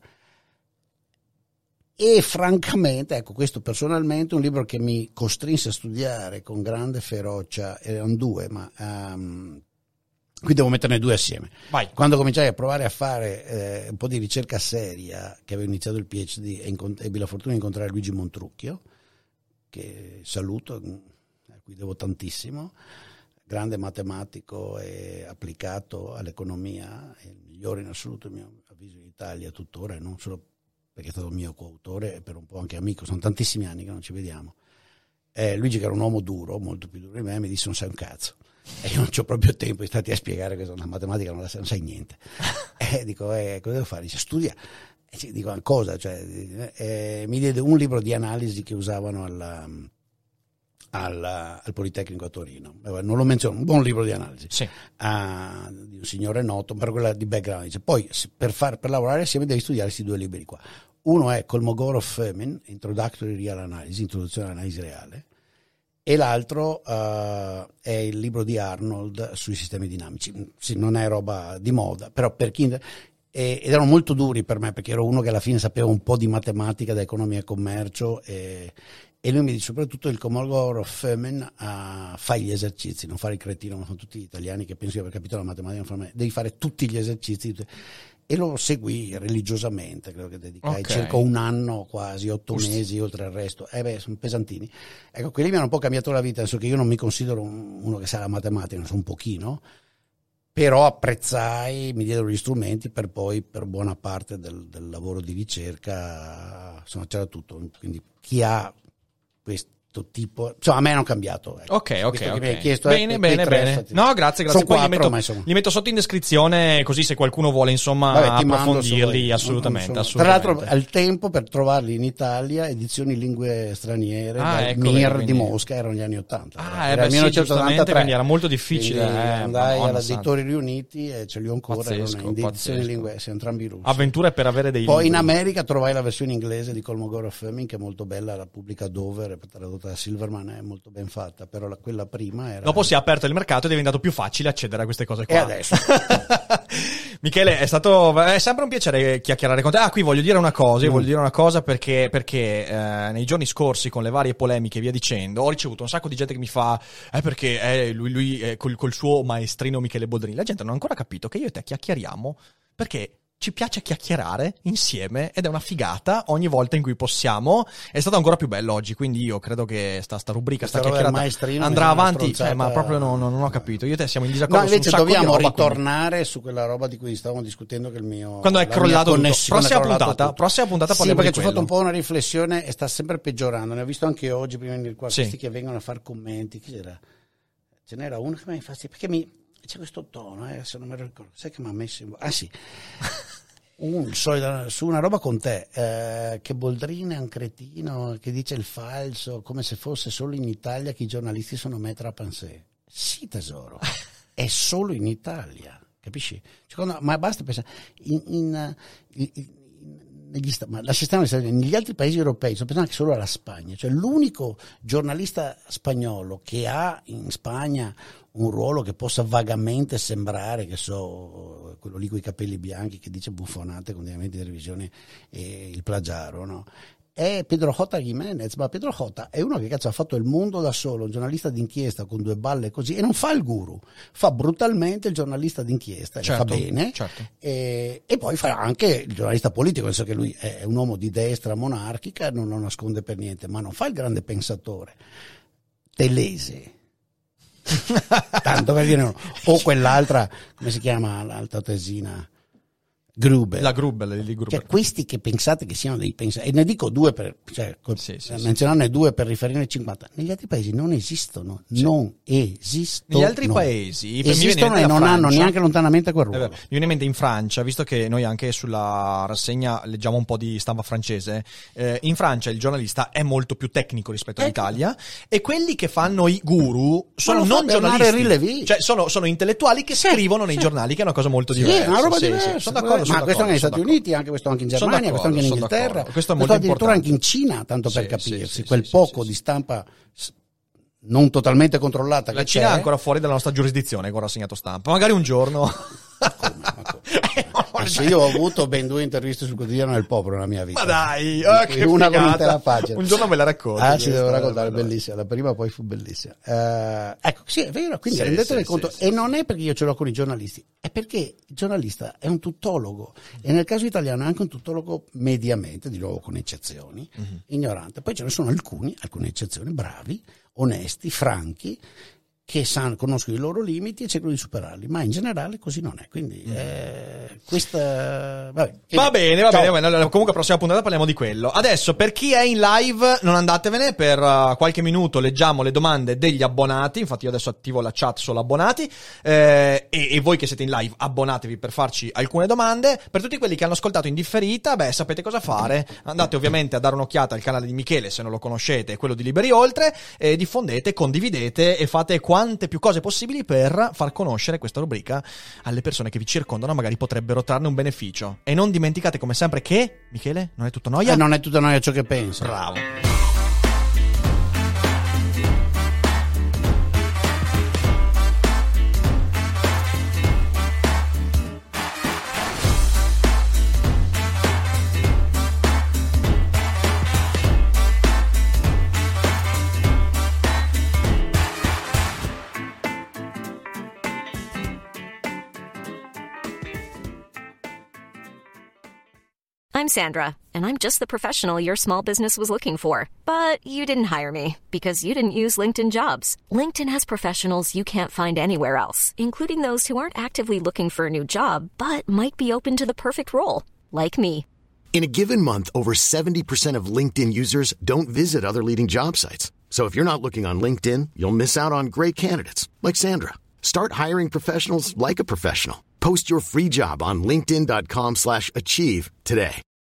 e francamente, ecco, questo personalmente un libro che mi costrinse a studiare con grande ferocia, erano due, ma um, qui devo metterne due assieme. Vai. Quando cominciai a provare a fare eh, un po' di ricerca seria, che avevo iniziato il PhD e incont- ebbi la fortuna di incontrare Luigi Montrucchio, che saluto, cui devo tantissimo, grande matematico e applicato all'economia, è il migliore in assoluto, a mio avviso, in Italia tuttora, e non solo perché è stato mio coautore e per un po' anche amico, sono tantissimi anni che non ci vediamo. Eh, Luigi, che era un uomo duro, molto più duro di me, mi disse non sai un cazzo, e io non c'ho proprio tempo di starti a spiegare che la matematica non, la sai, non sai niente. E dico, eh, cosa devo fare? Dice, studia. E dico, cosa? Cioè, eh, mi diede un libro di analisi che usavano alla al, al Politecnico a Torino. Non lo menziono, un buon libro di analisi. Sì. Uh, di un signore noto, per quella di background. Dice, poi per, far, per lavorare assieme devi studiare questi due libri qua. Uno è Kolmogorov-Fomin, Introductory Real Analysis, Introduzione all'analisi reale, e l'altro uh, è il libro di Arnold sui sistemi dinamici. Sì, non è roba di moda, però per chi... ed erano molto duri per me, perché ero uno che alla fine sapeva un po' di matematica, da economia e commercio, e, e lui mi dice soprattutto il Kolmogorov-Fomin uh, fai gli esercizi, non fare il cretino, ma sono tutti gli italiani che penso di aver capito la matematica, non fanno, devi fare tutti gli esercizi. E lo seguì religiosamente, credo che dedicai okay. circa un anno, quasi otto Usti. mesi, oltre al resto. Eh beh, sono pesantini. Ecco, quelli mi hanno un po' cambiato la vita, nel senso che io non mi considero uno che sa la matematica, non so, un pochino, però apprezzai, mi diedero gli strumenti per poi, per buona parte del, del lavoro di ricerca, insomma c'era tutto. Quindi chi ha questo tipo, insomma a me hanno cambiato, ecco. Ok, ok, Visto ok. che mi hai chiesto, bene, eh, bene, tre, bene. stati... No, grazie, grazie. Sono Poi quattro, li, metto, ma insomma... li metto sotto in descrizione, così se qualcuno vuole insomma Vabbè, ti mando, approfondirli, se assolutamente, non, non sono... assolutamente. Tra l'altro al tempo per trovarli in Italia, edizioni in lingue straniere, ah, dal ecco, M I R quindi... di Mosca, erano gli anni ottanta. Ah, era eh beh, il sì, giustamente, quindi era molto difficile. Quindi eh, andai Madonna alla santa. Editori Riuniti e ce li ho ancora, Pazzesco, erano in edizioni pazzesco. in lingue, sì, entrambi russi. Avventure per avere dei Poi libri. in America trovai la versione inglese di Kolmogorov-Fomin, che è molto bella, la pubblica Dover, tradotta da Silverman, è molto ben fatta, però la, quella prima era... Dopo si è aperto il mercato ed è diventato più facile accedere a queste cose qua. E adesso? Michele, è stato è sempre un piacere chiacchierare con te. Ah, qui voglio dire una cosa, io Mm. voglio dire una cosa perché, perché eh, nei giorni scorsi, con le varie polemiche e via dicendo, ho ricevuto un sacco di gente che mi fa eh perché eh, lui, lui eh, col, col suo maestrino Michele Boldrini. La gente non ha ancora capito che io e te chiacchieriamo perché ci piace chiacchierare insieme ed è una figata ogni volta in cui possiamo. È stato ancora più bello oggi, quindi io credo che sta, sta rubrica, sta Questa roba del chiacchierata maestrino andrà mi sembra avanti, stronzata. eh, ma proprio non, non, non ho capito. Io e te siamo in disaccordo No, su un invece sacco di dobbiamo roba, quindi- ritornare su quella roba di cui stavamo discutendo, che il mio Quando è la crollato mia tutto. connessione Prossima è crollato puntata, tutto. prossima puntata Sì, parliamo perché di ci ho fatto un quello. po' una riflessione e sta sempre peggiorando. Ne ho visto anche oggi prima di venire qua, Sì. questi che vengono a fare commenti. Chi c'era? Ce n'era uno che mi ha infastidito perché mi c'è questo tono, eh, se non me lo ricordo. Sai che mi ha messo in... Ah sì. Un, solito, su una roba con te, eh, che Boldrini è un cretino che dice il falso, come se fosse solo in Italia che i giornalisti sono maître à penser. Sì, tesoro, è solo in Italia, capisci? Secondo, ma basta pensare, in, in, in, in, negli, ma la sistema negli altri paesi europei, sto pensando anche solo alla Spagna, cioè l'unico giornalista spagnolo che ha in Spagna un ruolo che possa vagamente sembrare, che so, quello lì con i capelli bianchi che dice buffonate continuamente in televisione, e il plagiaro, no? È Pedro J. Jiménez, ma Pedro J. è uno che cazzo ha fatto il mondo da solo, un giornalista d'inchiesta con due balle così, e non fa il guru, fa brutalmente il giornalista d'inchiesta, Certo, che fa bene, certo. e, e poi fa anche il giornalista politico, nel senso che lui è un uomo di destra monarchica, non lo nasconde per niente, ma non fa il grande pensatore. Telese. Tanto per dire no. O quell'altra, come si chiama l'altra tesina? Gruber. La Grubel, di Gruber. Cioè, questi che pensate che siano dei pensatori, e ne dico due per, cioè, Sì, sì, eh, sì. menzionarne due per riferire ai cinquanta, negli altri paesi non esistono, non esistono. Negli altri paesi per- mi viene in esistono mente e la non hanno Francia. neanche lontanamente quel È ruolo. vero. Mi viene in mente in Francia, visto che noi anche sulla rassegna leggiamo un po' di stampa francese, eh, in Francia il giornalista è molto più tecnico rispetto Ecco. all'Italia, e quelli che fanno i guru sono lo fa non Bernard giornalisti, Rilevi. cioè sono, sono intellettuali che scrivono nei sì. giornali, che è una cosa molto Sì, diversa. è una roba Sì, diversa. sì, sono d'accordo, ma sono questo anche negli d'accordo, Stati sono Uniti, anche questo anche in Sono Germania, questo anche in d'accordo, sono Inghilterra, d'accordo. Questo è questo molto addirittura anche importante. in Cina, tanto per Sì, capirsi, sì, sì, quel sì, poco sì, di sì. stampa s- non totalmente controllata La che Cina è c'è. ancora fuori dalla nostra giurisdizione con rassegnato stampa, magari un giorno. Ma come, ma come? Ma se io ho avuto ben due interviste sul quotidiano del Popolo nella mia vita. Ma dai, oh, che una con figata. un'intera pagina. Un giorno me la racconti. Ah, ci questa, devo raccontare, è vabbè. bellissima. La prima poi fu bellissima. Eh, ecco, sì, è vero, quindi Sì, rendetevi sì, conto. sì, sì, e sì. non è perché io ce l'ho con i giornalisti, è perché il giornalista è un tuttologo. E nel caso italiano è anche un tuttologo mediamente, di nuovo con eccezioni, ignorante. Poi ce ne sono alcuni, alcune eccezioni, bravi, onesti, franchi, che sanno, conoscono i loro limiti e cercano di superarli, ma in generale così non è. Quindi eh, questa vabbè. Va bene, va Ciao. bene, va bene. Allora, comunque prossima puntata parliamo di quello. Adesso, per chi è in live, non andatevene, per uh, qualche minuto leggiamo le domande degli abbonati. Infatti io adesso attivo la chat solo abbonati, eh, e, e voi che siete in live abbonatevi per farci alcune domande. Per tutti quelli che hanno ascoltato in differita, beh, sapete cosa fare. Andate ovviamente a dare un'occhiata al canale di Michele, se non lo conoscete, quello di Liberi Oltre, e diffondete, condividete e fate quante più cose possibili per far conoscere questa rubrica alle persone che vi circondano, magari potrebbero trarne un beneficio. E non dimenticate come sempre che, Michele, non è tutto noia? Eh, non è tutta noia ciò che pensa. Bravo. I'm Sandra, and I'm just the professional your small business was looking for. But you didn't hire me because you didn't use LinkedIn Jobs. LinkedIn has professionals you can't find anywhere else, including those who aren't actively looking for a new job, but might be open to the perfect role, like me. In a given month, over seventy percent of LinkedIn users don't visit other leading job sites. So if you're not looking on LinkedIn, you'll miss out on great candidates like Sandra. Start hiring professionals like a professional. Post your free job on linkedin dot com slash achieve today.